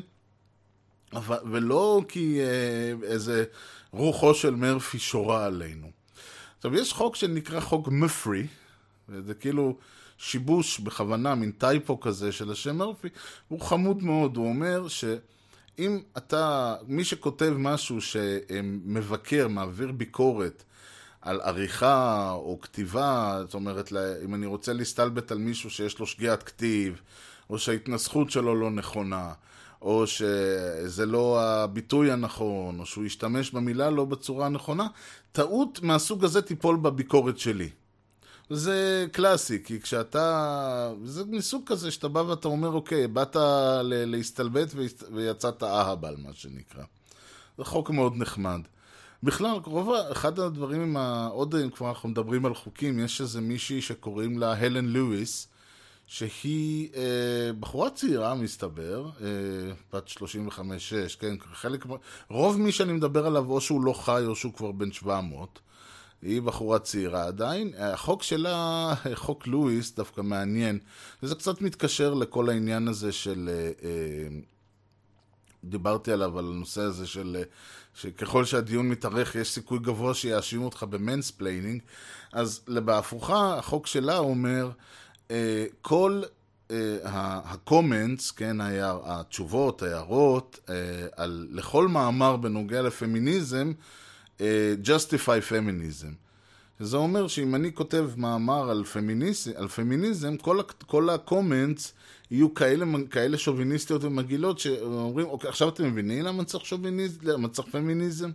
ולא כי איזה רוחו של מרפי שורה עלינו. עכשיו, יש חוק שנקרא חוק מפרי, וזה כאילו שיבוש בכוונה, מין טייפו כזה של השם מרפי, הוא חמוד מאוד, הוא אומר שאם אתה, מי שכותב משהו שמבקר, מעביר ביקורת, על עריכה או כתיבה, זאת אומרת, אם אני רוצה להסתלבט על מישהו שיש לו שגיאת כתיב, או שההתנסחות שלו לא נכונה, או שזה לא הביטוי הנכון, או שהוא ישתמש במילה לא בצורה הנכונה, טעות מהסוג הזה תיפול בביקורת שלי. זה קלאסי, כי כשאתה, זה מסוג כזה שאתה בא ואתה אומר, אוקיי, באת להסתלבט ויצאת אהבל, מה שנקרא. זה חוק מאוד נחמד. בכלל, אחד הדברים, עוד אם כבר אנחנו מדברים על חוקים, יש איזה מישהי שקוראים לה הלן לואיס, שהיא בחורה צעירה, מסתבר, בת 35-6, כן, רוב מי שאני מדבר עליו, או שהוא לא חי, או שהוא כבר בן 700, היא בחורה צעירה עדיין. החוק שלה, חוק לואיס, דווקא מעניין, וזה קצת מתקשר לכל העניין הזה של, דיברתי עליו, על הנושא הזה של שככל שהדיון מתארך יש סיכוי גבוה שיאשימו אותך במנספליינינג, אז בהפוכה החוק שלה אומר כל הקומנטס, כן, התשובות, ההערות לכל מאמר בנוגע לפמיניזם, justify feminism. זה אומר שאם אני כותב מאמר על פמיניזם, כל הקומנטס יהיו כאלה שוביניסטיות ומגילות שאומרים, אוקיי, עכשיו אתם מבינים למה צריך שוביניזם, למה צריך פמיניזם?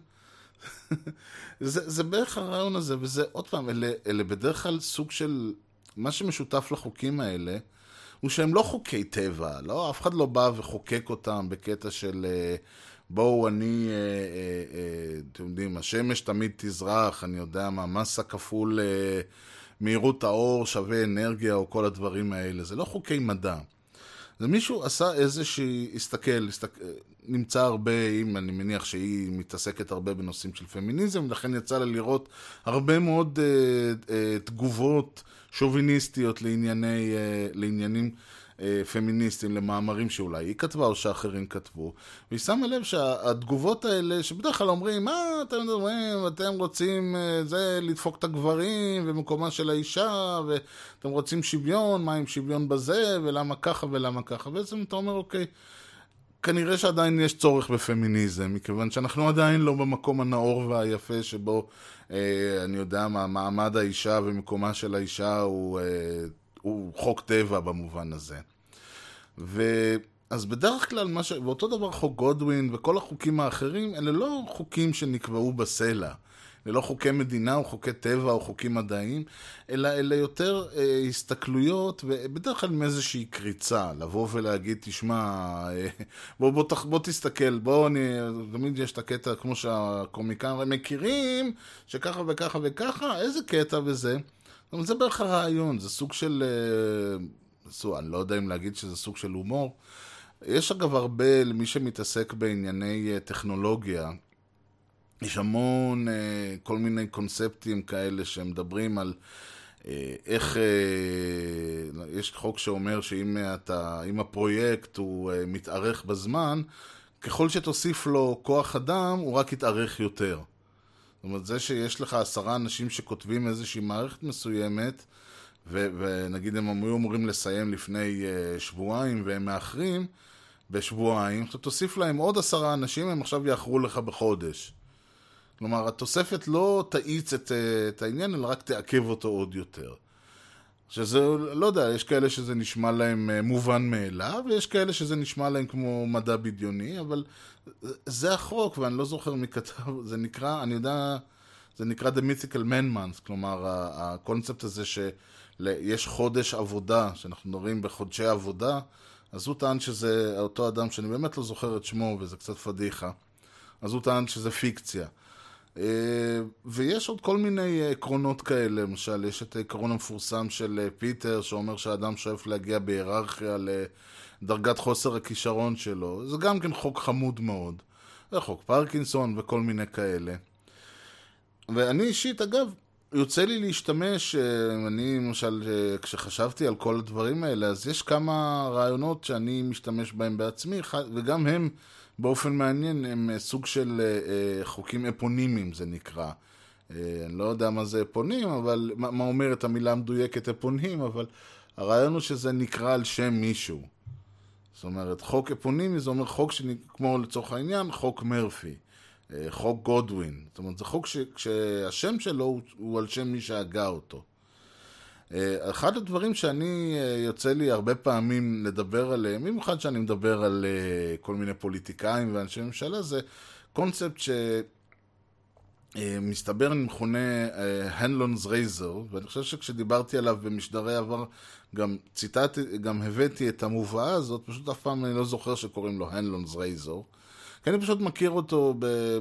זה בערך הרעיון הזה, וזה עוד פעם, אלה בדרך כלל סוג של, מה שמשותף לחוקים האלה, הוא שהם לא חוקי טבע, לא, אף אחד לא בא וחוקק אותם בקטע של בואו אני, אתם יודעים, השמש תמיד תזרח, אני יודע מה, מסה כפול מהירות האור שווה אנרגיה או כל הדברים האלה, זה לא חוקי מדע. זה מישהו עשה איזושהי, נמצא הרבה, אם אני מניח שהיא מתעסקת הרבה בנושאים של פמיניזם, לכן יצא לה לראות הרבה מאוד תגובות שוביניסטיות לעניינים פמיניסטיים, למאמרים שאולי היא כתבה או שאחרים כתבו, והיא שמה לב שהתגובות האלה, שבדרך כלל אומרים, מה אתם מדברים, אתם רוצים זה לדפוק את הגברים ומקומה של האישה, ואתם רוצים שוויון, מה עם שוויון בזה, ולמה ככה ולמה ככה, בעצם אתה אומר, אוקיי, כנראה שעדיין יש צורך בפמיניזם, מכיוון שאנחנו עדיין לא במקום הנאור והיפה שבו, אני יודע מה, מעמד האישה ומקומה של האישה הוא חוק טבע במובן הזה. אז בדרך כלל, ואותו דבר חוק גודווין וכל החוקים האחרים, אלה לא חוקים שנקבעו בסלע. ללא חוקי מדינה או חוקי טבע או חוקים מדעיים, אלא יותר הסתכלויות, ובדרך כלל מאיזושהי קריצה, לבוא ולהגיד, תשמע, בוא תסתכל, תמיד יש את הקטע כמו שהקומיקאים מכירים, שככה וככה וככה, איזה קטע וזה, זה בערך הרעיון, זה סוג של, אני לא יודע אם להגיד שזה סוג של הומור, יש אגב הרבה למי שמתעסק בענייני טכנולוגיה, יש המון כל מיני קונספטים כאלה שמדברים על איך, יש חוק שאומר שאם הפרויקט הוא מתארך בזמן, ככל שתוסיף לו כוח אדם הוא רק יתארך יותר. זאת אומרת, זה שיש לך 10 אנשים שכותבים איזושהי מערכת מסוימת, ונגיד הם היו אמורים לסיים לפני שבועיים והם מאחרים בשבועיים, אתה תוסיף להם עוד 10 אנשים, הם עכשיו יאחרו לך בחודש. כלומר, התוספת לא תאיץ את העניין, אלא רק תעכב אותו עוד יותר. שזה, לא יודע, יש כאלה שזה נשמע להם מובן מאליו, ויש כאלה שזה נשמע להם כמו מדע בדיוני, אבל זה החוק, ואני לא זוכר מי כתב, זה נקרא, אני יודע, זה נקרא The Mythical Man Month, כלומר, הקונספט הזה שיש חודש עבודה, שאנחנו מדברים בחודשי עבודה, אז הוא טען שזה אותו אדם שאני באמת לא זוכר את שמו, וזה קצת פדיחה, אז הוא טען שזה פיקציה. ויש עוד כל מיני עקרונות כאלה, למשל יש את העקרון המפורסם של פיטר שאומר שהאדם שואף להגיע בהיררכיה לדרגת חוסר הכישרון שלו, זה גם כן חוק חמוד מאוד, זה חוק פרקינסון וכל מיני כאלה. ואני אישית אגב יוצא לי להשתמש, אני למשל כשחשבתי על כל הדברים האלה, אז יש כמה רעיונות שאני משתמש בהם בעצמי, וגם הם באופן מעניין הם סוג של חוקים אפונימיים זה נקרא. אני לא יודע מה זה אפונים, אבל מה אומרת המילה המדויקת אפונים, אבל הרעיון הוא שזה נקרא על שם מישהו. זאת אומרת, חוק אפונימי זה אומר חוק כמו לצורך העניין, חוק מרפי, חוק גודווין. זאת אומרת, זה חוק שהשם שלו הוא על שם מי שהגה אותו. אחד הדברים שאני יוצא לי הרבה פעמים לדבר עליהם, במיוחד שאני מדבר על כל מיני פוליטיקאים ואנשי ממשלה, זה קונספט שמסתבר מכונה הנלונ's razor, ואני חושב שכשדיברתי עליו במשדרי עבר, גם הבאתי את המובאה הזאת, פשוט אף פעם אני לא זוכר שקוראים לו הנלונ's razor, כי אני פשוט מכיר אותו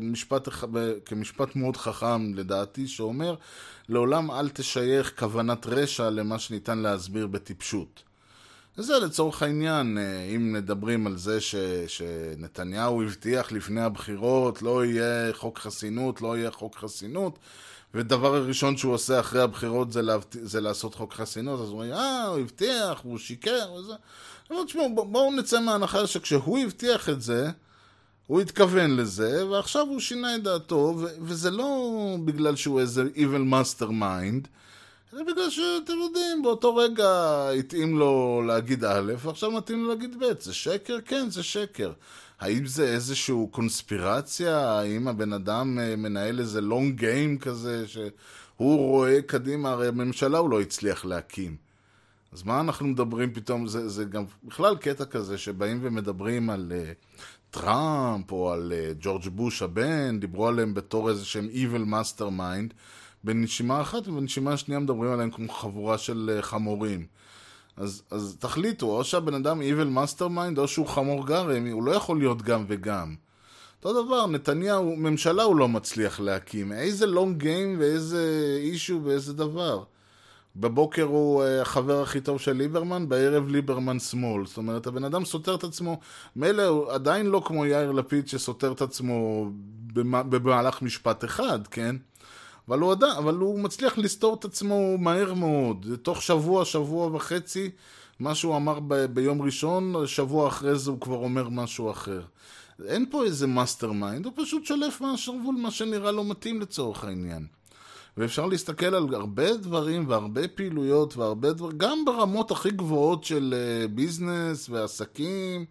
כמשפט מאוד חכם לדעתי, שאומר, לעולם אל תשייך כוונת רשע למה שניתן להסביר בטיפשות. וזה לצורך העניין, אם נדברים על זה שנתניהו הבטיח לפני הבחירות, לא יהיה חוק חסינות, לא יהיה חוק חסינות, ודבר הראשון שהוא עושה אחרי הבחירות זה לעשות חוק חסינות, אז הוא אומר, הוא הבטיח, הוא שיקר, וזה. אבל תשמעו, בואו נצא מההנחה שכשהוא הבטיח את זה, הוא התכוון לזה, ועכשיו הוא שינה את דעתו, וזה לא בגלל שהוא איזה evil mastermind, אלא בגלל שאתם יודעים, באותו רגע התאים לו להגיד א', ועכשיו מתאים לו להגיד ב', זה שקר? כן, זה שקר. האם זה איזשהו קונספירציה? האם הבן אדם מנהל איזה long game כזה, שהוא רואה קדימה, הרי הממשלה הוא לא הצליח להקים. אז מה אנחנו מדברים פתאום? זה גם בכלל קטע כזה, שבאים ומדברים על טראמפ או על ג'ורג' בוש הבן, דיברו עליהם בתור איזה שהם evil mastermind, בנשימה אחת ובנשימה השנייה מדברים עליהם כמו חבורה של חמורים. אז תחליטו, או שהבן אדם evil mastermind או שהוא חמור גרם, הוא לא יכול להיות גם וגם. אותו דבר, נתניהו, ממשלה הוא לא מצליח להקים, איזה long game ואיזה אישו ואיזה דבר. בבוקר הוא החבר הכי טוב של ליברמן, בערב ליברמן שמאל. זאת אומרת, הבן אדם סותר את עצמו, מילא הוא עדיין לא כמו יאיר לפיד שסותר את עצמו במהלך משפט אחד, כן? אבל הוא מצליח לסתור את עצמו מהר מאוד. תוך שבוע, שבוע וחצי, מה שהוא אמר ביום ראשון, שבוע אחרי זה הוא כבר אומר משהו אחר. אין פה איזה מאסטר מיינד, הוא פשוט שולף מהשרוול מה שנראה לו מתאים לצורך העניין. ואפשר להסתכל על הרבה דברים והרבה פעילויות והרבה דברים, גם ברמות הכי גבוהות של ביזנס ועסקים,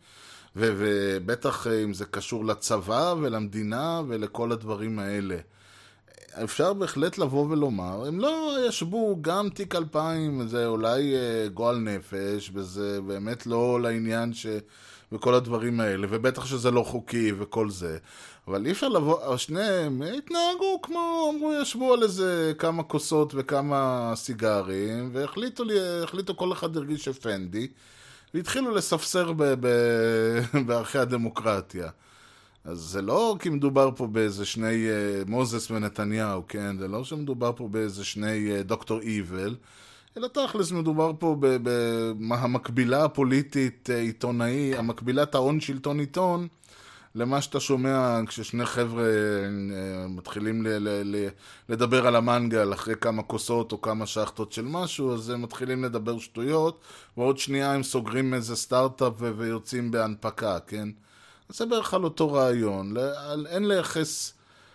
ובטח אם זה קשור לצבא ולמדינה ולכל הדברים האלה. אפשר בהחלט לבוא ולומר, הם לא ישבו גם תיק 2000, זה אולי גועל נפש, וזה באמת לא לעניין וכל הדברים האלה, ובטח שזה לא חוקי וכל זה. אבל אי אפשר לבוא, שניהם התנהגו כמו, אמרו, ישבו על איזה כמה כוסות וכמה סיגרים, והחליטו כל אחד הרגיש אפנדי, והתחילו לספסר בערכי הדמוקרטיה. אז זה לא כי מדובר פה באיזה שני מוזס ונתניהו, כן? זה לא שמדובר פה באיזה שני דוקטור איבל, אלא תכלס מדובר פה במקבילה הפוליטית עיתונאי, המקבילת ההון שלטון עיתון, למה שאתה שומע כששני חבר'ה מתחילים לדבר על המנגל אחרי כמה כוסות או כמה שחטות של משהו, אז הם מתחילים לדבר שטויות, ועוד שנייה הם סוגרים איזה סטארט-אפ ויוצאים בהנפקה, כן? אז זה בערך על אותו רעיון. אין לייחס,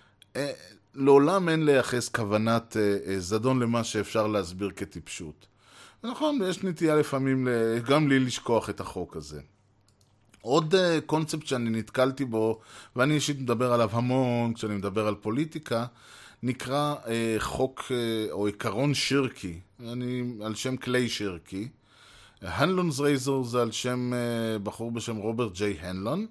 לעולם אין לייחס כוונת זדון למה שאפשר להסביר כטיפשות. ונכון, יש נטייה לפעמים גם לי לשכוח את החוק הזה. עוד קונספט שאני נתקלתי בו, ואני אישית מדבר עליו המון כשאני מדבר על פוליטיקה, נקרא חוק או עיקרון שירקי, על שם קליי שירקי. הנלונ's רייזור זה על שם בחור בשם רוברט ג'יי הנלון,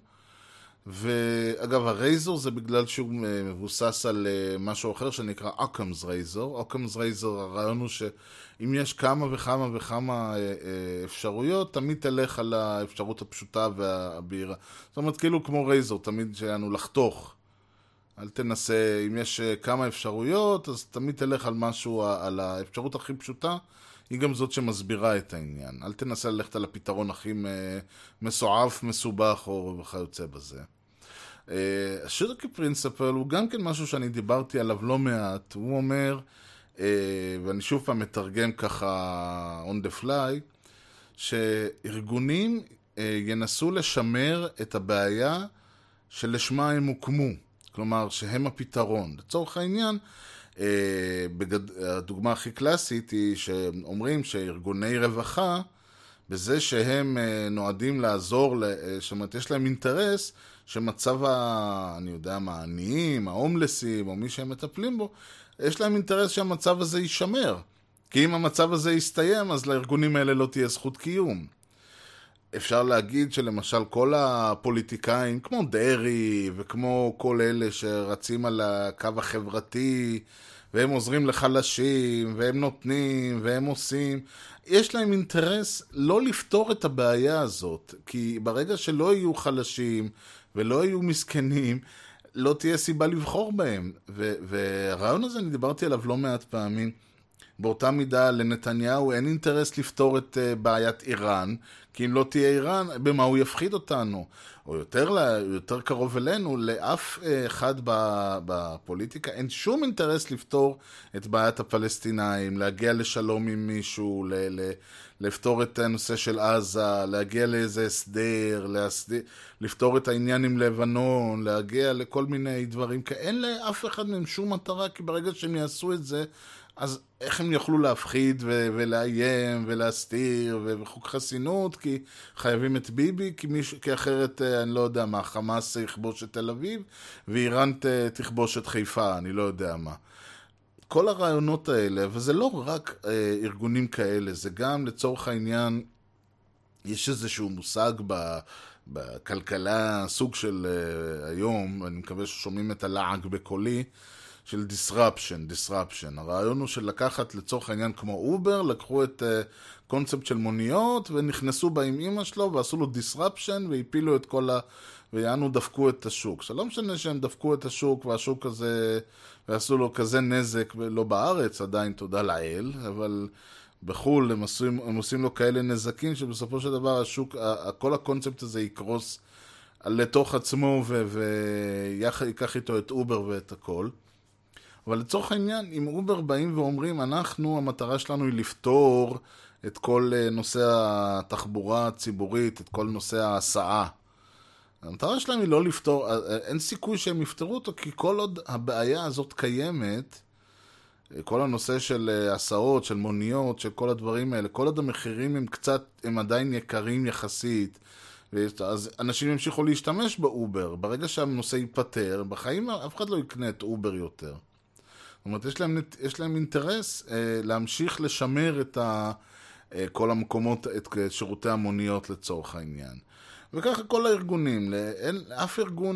ואגב הרייזור זה בגלל שהוא מבוסס על משהו אחר שנקרא אוקאמ's רייזור. אוקאמ's רייזור, הרעיון הוא שאם יש כמה וכמה אפשרויות, תמיד תלך על האפשרות הפשוטה והבהירה. זאת אומרת, כאילו כמו רייזור, תמיד שיענו לחתוך. אל תנסה, אם יש כמה אפשרויות, אז תמיד תלך על משהו, על האפשרות הכי פשוטה, היא גם זאת שמסבירה את העניין. אל תנסה ללכת על הפתרון הכי מסועף, מסובך או וכיוצא בזה. השירקי פרינסיפל הוא גם כן משהו שאני דיברתי עליו לא מעט. הוא אומר, ואני שוב פעם מתרגם ככה on the fly, שארגונים ינסו לשמר את הבעיה שלשמה הם הוקמו. כלומר, שהם הפתרון. לצורך העניין, הדוגמה הכי קלאסית היא שאומרים שארגוני רווחה, בזה שהם נועדים לעזור, זאת אומרת, יש להם אינטרס שמצב אני יודע מה, העניים, ההומלסים, או מי שהם מטפלים בו, יש להם אינטרס שהמצב הזה יישמר. כי אם המצב הזה יסתיים, אז לארגונים האלה לא תהיה זכות קיום. אפשר להגיד שלמשל כל הפוליטיקאים, כמו דרי וכמו כל אלה שרצים על הקו החברתי, והם עוזרים לחלשים, והם נותנים, והם עושים, יש להם אינטרס לא לפתור את הבעיה הזאת, כי ברגע שלא יהיו חלשים ולא יהיו מסכנים, לא תהיה סיבה לבחור בהם. והרעיון הזה, אני דיברתי עליו לא מעט פעמים, באותה מידה לנתניהו אין אינטרס לפתור את בעיית איראן, כי אם לא תהיה איראן, במה הוא יפחיד אותנו? או יותר קרוב אלינו, לאף אחד בפוליטיקה אין שום אינטרס לפתור את בעיית הפלסטינאים, להגיע לשלום עם מישהו, לפתור את הנושא של עזה, להגיע לאיזה הסדר, לפתור את העניין עם לבנון, להגיע לכל מיני דברים, כי אין לאף אחד מהם שום מטרה, כי ברגע שהם יעשו את זה, אז איך הם יוכלו להפחיד ולאיים ולהסתיר וחוק חסינות, כי חייבים את ביבי, כי אחרת אני לא יודע מה, חמאס יכבוש את תל אביב ואיראן תכבוש את חיפה, אני לא יודע מה. כל הרעיונות האלה, וזה לא רק ארגונים כאלה, זה גם לצורך העניין, יש איזשהו מושג בכלכלה, סוג של היום, אני מקווה ששומעים את הלעג בקולי, של disruption. הרעיון הוא של לקחת לצורך העניין כמו אובר, לקחו את קונספט של מוניות ונכנסו בה עם אמא שלו ועשו לו disruption והפילו את כל ויענו דפקו את השוק. שלא משנה שהם דפקו את השוק והשוק הזה, ועשו לו כזה נזק, לא בארץ עדיין תודה לאל, אבל בחול הם עושים לו כאלה נזקים שבסופו של דבר השוק, כל הקונספט הזה יקרוס לתוך עצמו ויקח איתו את אובר ואת הכל. אבל לצורך העניין, אם אובר באים ואומרים, המטרה שלנו היא לפתור את כל נושא התחבורה הציבורית, את כל נושא ההסעה. המטרה שלהם היא לא לפתור, אין סיכוי שהם יפתרו אותו, כי כל עוד הבעיה הזאת קיימת, כל הנושא של הסעות, של מוניות, של כל הדברים האלה, כל עוד המחירים הם עדיין יקרים יחסית, אז אנשים ימשיכו להשתמש באובר. ברגע שהנושא ייפטר, בחיים אף אחד לא יקנה את אובר יותר. זאת אומרת, יש להם אינטרס להמשיך לשמר את כל המקומות, את שירותי המוניות לצורך העניין. וככה כל הארגונים, אף ארגון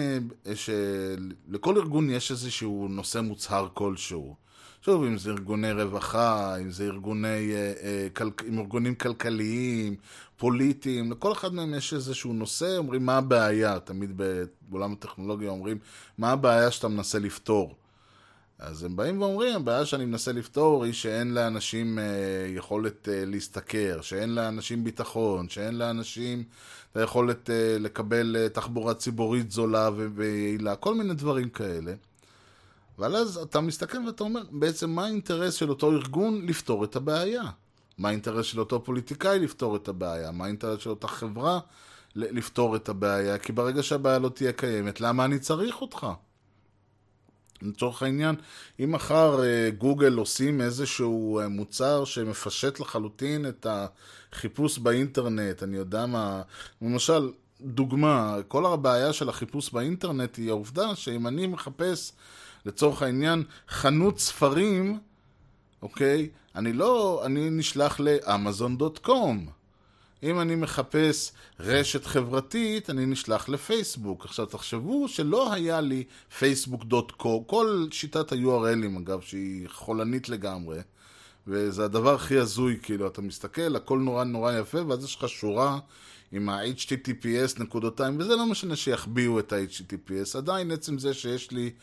לכל ארגון יש איזשהו נושא מוצהר כלשהו. שוב, אם זה ארגוני רווחה, אם זה ארגונים כלכליים, פוליטיים, לכל אחד מהם יש איזשהו נושא, אומרים מה הבעיה, תמיד בעולם הטכנולוגיה אומרים, מה הבעיה שאתה מנסה לפתור. אז הם באים ואומרים, הבעיה שאני מנסה לפתור היא שאין לאנשים יכולת להסתכר, שאין לאנשים ביטחון, שאין לאנשים את היכולת לקבל תחבורה ציבורית זולה ויעילה, כל מיני דברים כאלה. אבל אז אתה מסתכל ואתה אומר, בעצם מה האינטרס של אותו ארגון לפתור את הבעיה? מה האינטרס של אותו פוליטיקאי לפתור את הבעיה? מה האינטרס של אותה חברה לפתור את הבעיה? כי ברגע שהבעיה לא תהיה קיימת, למה אני צריך אותך? לצורך העניין, אם מחר גוגל עושים איזשהו מוצר שמפשט לחלוטין את החיפוש באינטרנט, אני יודע מה, למשל, דוגמה, כל הבעיה של החיפוש באינטרנט היא העובדה שאם אני מחפש לצורך העניין חנות ספרים, אוקיי, אני נשלח לאמזון.קום. אם אני מחפש רשת חברתית, אני נשלח לפייסבוק. עכשיו תחשבו שלא היה לי פייסבוק.קום, כל שיטת ה-URLים אגב שהיא חולנית לגמרי, וזה הדבר הכי הזוי, כאילו אתה מסתכל, הכל נורא נורא יפה, ואז יש לך שורה עם ה-HTTPS נקודותיים, וזה לא משנה שיחביאו את ה-HTTPS, עדיין עצם זה שיש לי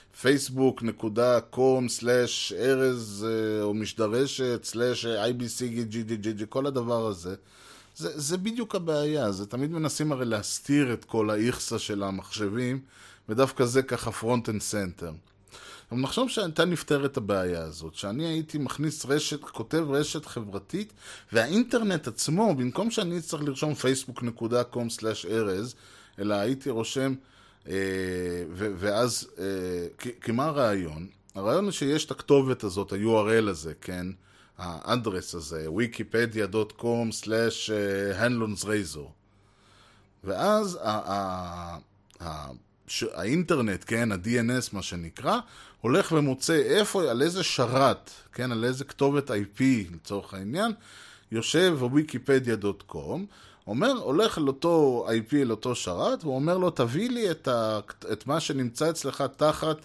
facebook.com/ארז או משדרשת/ibcgggg, כל הדבר הזה, זה בדיוק הבעיה. זה תמיד מנסים הרי להסתיר את כל האיכסה של המחשבים, ודווקא זה ככה front and center. אבל נחשוב שאתה נפטר את הבעיה הזאת, שאני הייתי מכניס רשת, כותב רשת חברתית, והאינטרנט עצמו, במקום שאני צריך לרשום facebook.com/ארז, אלא הייתי רושם ואז, כי מה הרעיון? הרעיון הוא שיש את הכתובת הזאת, ה-URL הזה, כן? האדרס הזה, wikipedia.com/handlonsrazor. ואז האינטרנט, כן, ה-DNS מה שנקרא, הולך ומוצא איפה, על איזה שרת, כן, על איזה כתובת IP לצורך העניין, יושב ב-wikipedia.com, הולך על אותו IP, על אותו שרת, והוא אומר לו, תביא לי את מה שנמצא אצלך תחת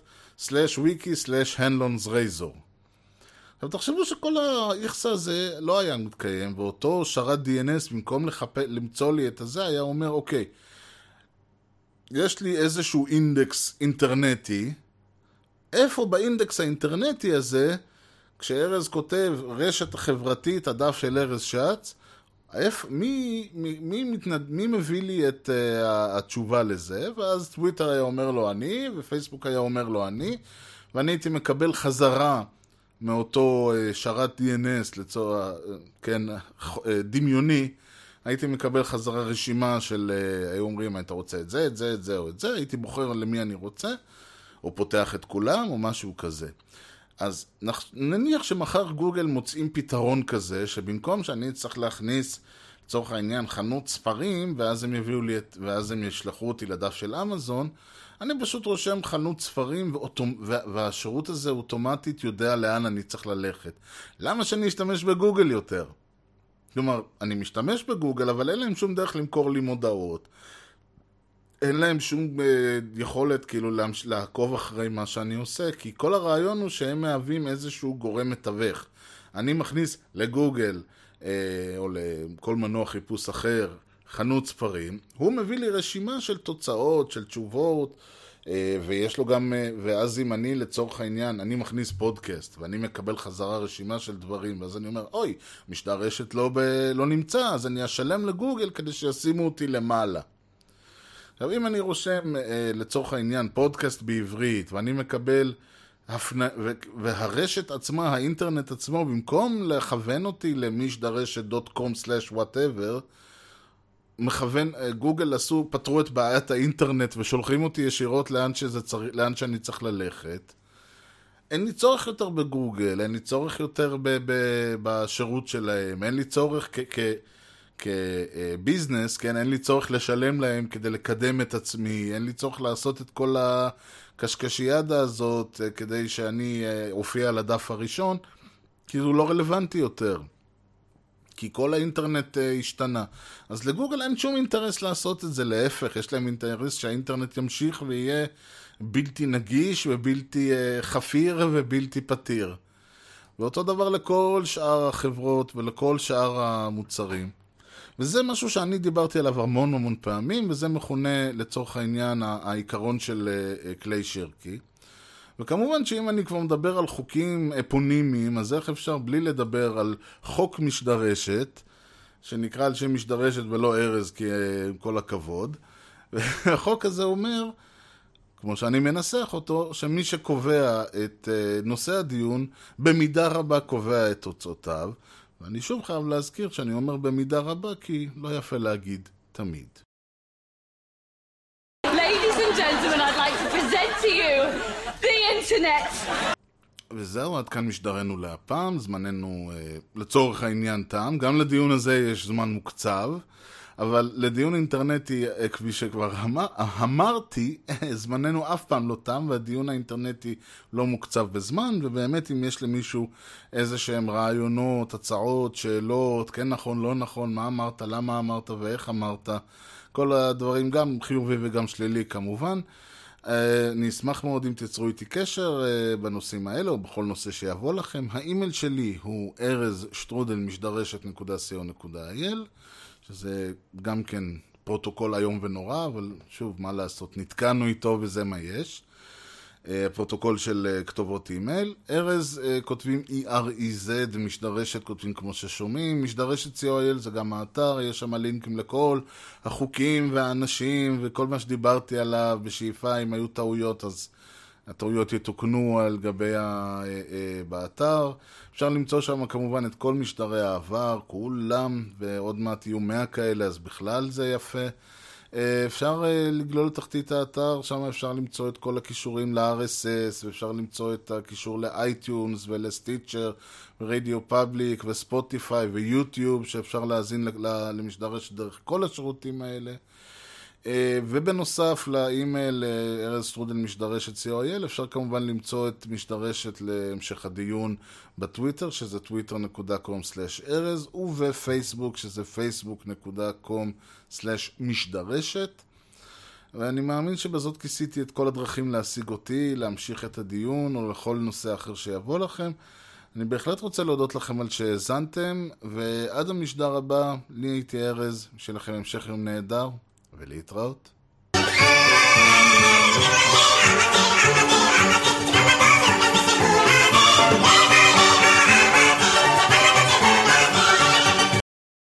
/wiki/handlonsrazor. עכשיו תחשבו שכל האיכסה הזה לא היה מתקיים, ואותו שרת DNS, במקום למצוא לי את הזה, היה אומר, אוקיי, יש לי איזשהו אינדקס אינטרנטי, איפה באינדקס האינטרנטי הזה, כשארז כותב רשת חברתית, הדף של ארז שץ, מי מביא לי את התשובה לזה? ואז טוויטר היה אומר לו אני, ופייסבוק היה אומר לו אני, ואני הייתי מקבל חזרה מאותו שרת DNS, כן, דמיוני, הייתי מקבל חזרה רשימה של, היו אומרים, אתה רוצה את זה, את זה, את זה או את זה, הייתי בוחר למי אני רוצה, או פותח את כולם, או משהו כזה. אז נניח שמחר גוגל מוצאים פתרון כזה, שבמקום שאני צריך להכניס לצורך העניין חנות ספרים, ואז הם ישלחו אותי לדף של אמזון, אני פשוט רושם חנות ספרים, והשירות הזה אוטומטית יודע לאן אני צריך ללכת. למה שאני אשתמש בגוגל יותר? כלומר, אני משתמש בגוגל, אבל אין להם שום דרך למכור לי מודעות. אין להם שום יכולת כאילו לעקוב אחרי מה שאני עושה, כי כל הרעיון הוא שהם מהווים איזשהו גורם מתווך. אני מכניס לגוגל, או לכל מנוע חיפוש אחר, חנות ספרים, הוא מביא לי רשימה של תוצאות, של תשובות, ויש לו גם, ואז אם אני לצורך העניין, אני מכניס פודקאסט, ואני מקבל חזרה רשימה של דברים, ואז אני אומר, אוי, משדר רשת לא נמצא, אז אני אשלם לגוגל כדי שישימו אותי למעלה. עכשיו, אם אני רושם לצורך העניין פודקאסט בעברית, ואני מקבל והרשת עצמה, האינטרנט עצמו, במקום לכוון אותי למשדרשת.com/whatever, גוגל פתרו את בעיית האינטרנט ושולחים אותי ישירות לאן שאני צריך ללכת. אין לי צורך יותר בגוגל, אין לי צורך יותר בשירות שלהם, אין לי צורך כביזנס, כן, אין לי צורך לשלם להם כדי לקדם את עצמי, אין לי צורך לעשות את כל הקשקשיאדה הזאת כדי שאני אופיע על הדף הראשון, כי זה לא רלוונטי יותר. כי כל האינטרנט השתנה. אז לגוגל אין שום אינטרס לעשות את זה, להפך, יש להם אינטרס שהאינטרנט ימשיך ויהיה בלתי נגיש ובלתי חפיר ובלתי פתיר. ואותו דבר לכל שאר החברות ולכל שאר המוצרים. וזה משהו שאני דיברתי עליו המון פעמים, וזה מכונה לצורך העניין העיקרון של כלי שרקי. וכמובן שאם אני כבר מדבר על חוקים אפונימיים, אז איך אפשר בלי לדבר על חוק משדרשת, שנקרא על שם משדרשת ולא ארז, כי כל הכבוד. והחוק הזה אומר, כמו שאני מנסח אותו, שמי שקובע את נושא הדיון, במידה רבה קובע את תוצאותיו. ואני שוב חייב להזכיר שאני אומר במידה רבה, כי לא יפה להגיד תמיד. Ladies and gentlemen, I'd like to present to you the internet. וזהו, עד כאן משדרנו להפעם, זמננו לצורך העניין תם, גם לדיון הזה יש זמן מוקצב, אבל לדיון אינטרנטי, כפי שכבר אמרתי, זמננו אף פעם לא תם, והדיון האינטרנטי לא מוקצב בזמן, ובאמת אם יש למישהו איזה שהם רעיונות, הצעות, שאלות, כן נכון, לא נכון, מה אמרת, למה אמרת ואיך אמרת, כל הדברים גם חיובי וגם שלילי כמובן. אני אשמח מאוד אם תצרו איתי קשר בנושאים האלה או בכל נושא שיבוא לכם. האימייל שלי הוא erez@משדרשת.co.il, שזה גם כן פרוטוקול היום ונורא, אבל שוב, מה לעשות, נתקענו איתו וזה מה יש. פרוטוקול של כתובות אימייל. ארז כותבים E-R-E-Z, משדרשת כותבים כמו ששומעים. משדרשת co.il זה גם האתר, יש שם לינקים לכל החוקים והאנשים וכל מה שדיברתי עליו בשאיפה. אם היו טעויות אז הטעויות יתוקנו על גבי באתר. אפשר למצוא שם כמובן את כל משדרי העבר, כולם, ועוד מעט יהיו 100 כאלה, אז בכלל זה יפה. אפשר לגלול לתחתית האתר, שם אפשר למצוא את כל הכישורים ל-RSS, ואפשר למצוא את הקישור לאייטיונס ולסטיצ'ר, ורדיו פאבליק וספוטיפיי ויוטיוב, שאפשר להזין למשדרשת דרך כל השירותים האלה. ובנוסף לאימייל erez@משדרשת.co.il אפשר כמובן למצוא את משדרשת להמשך הדיון בטוויטר, שזה twitter.com/erez, ובפייסבוק, שזה facebook.com/משדרשת. ואני מאמין שבזאת כיסיתי את כל הדרכים להשיג אותי, להמשיך את הדיון או לכל נושא אחר שיבוא לכם. אני בהחלט רוצה להודות לכם על שהאזנתם, ועד המשדר הבא, לי הייתי ארז, שיהיה לכם המשך יום נהדר ולהתראות.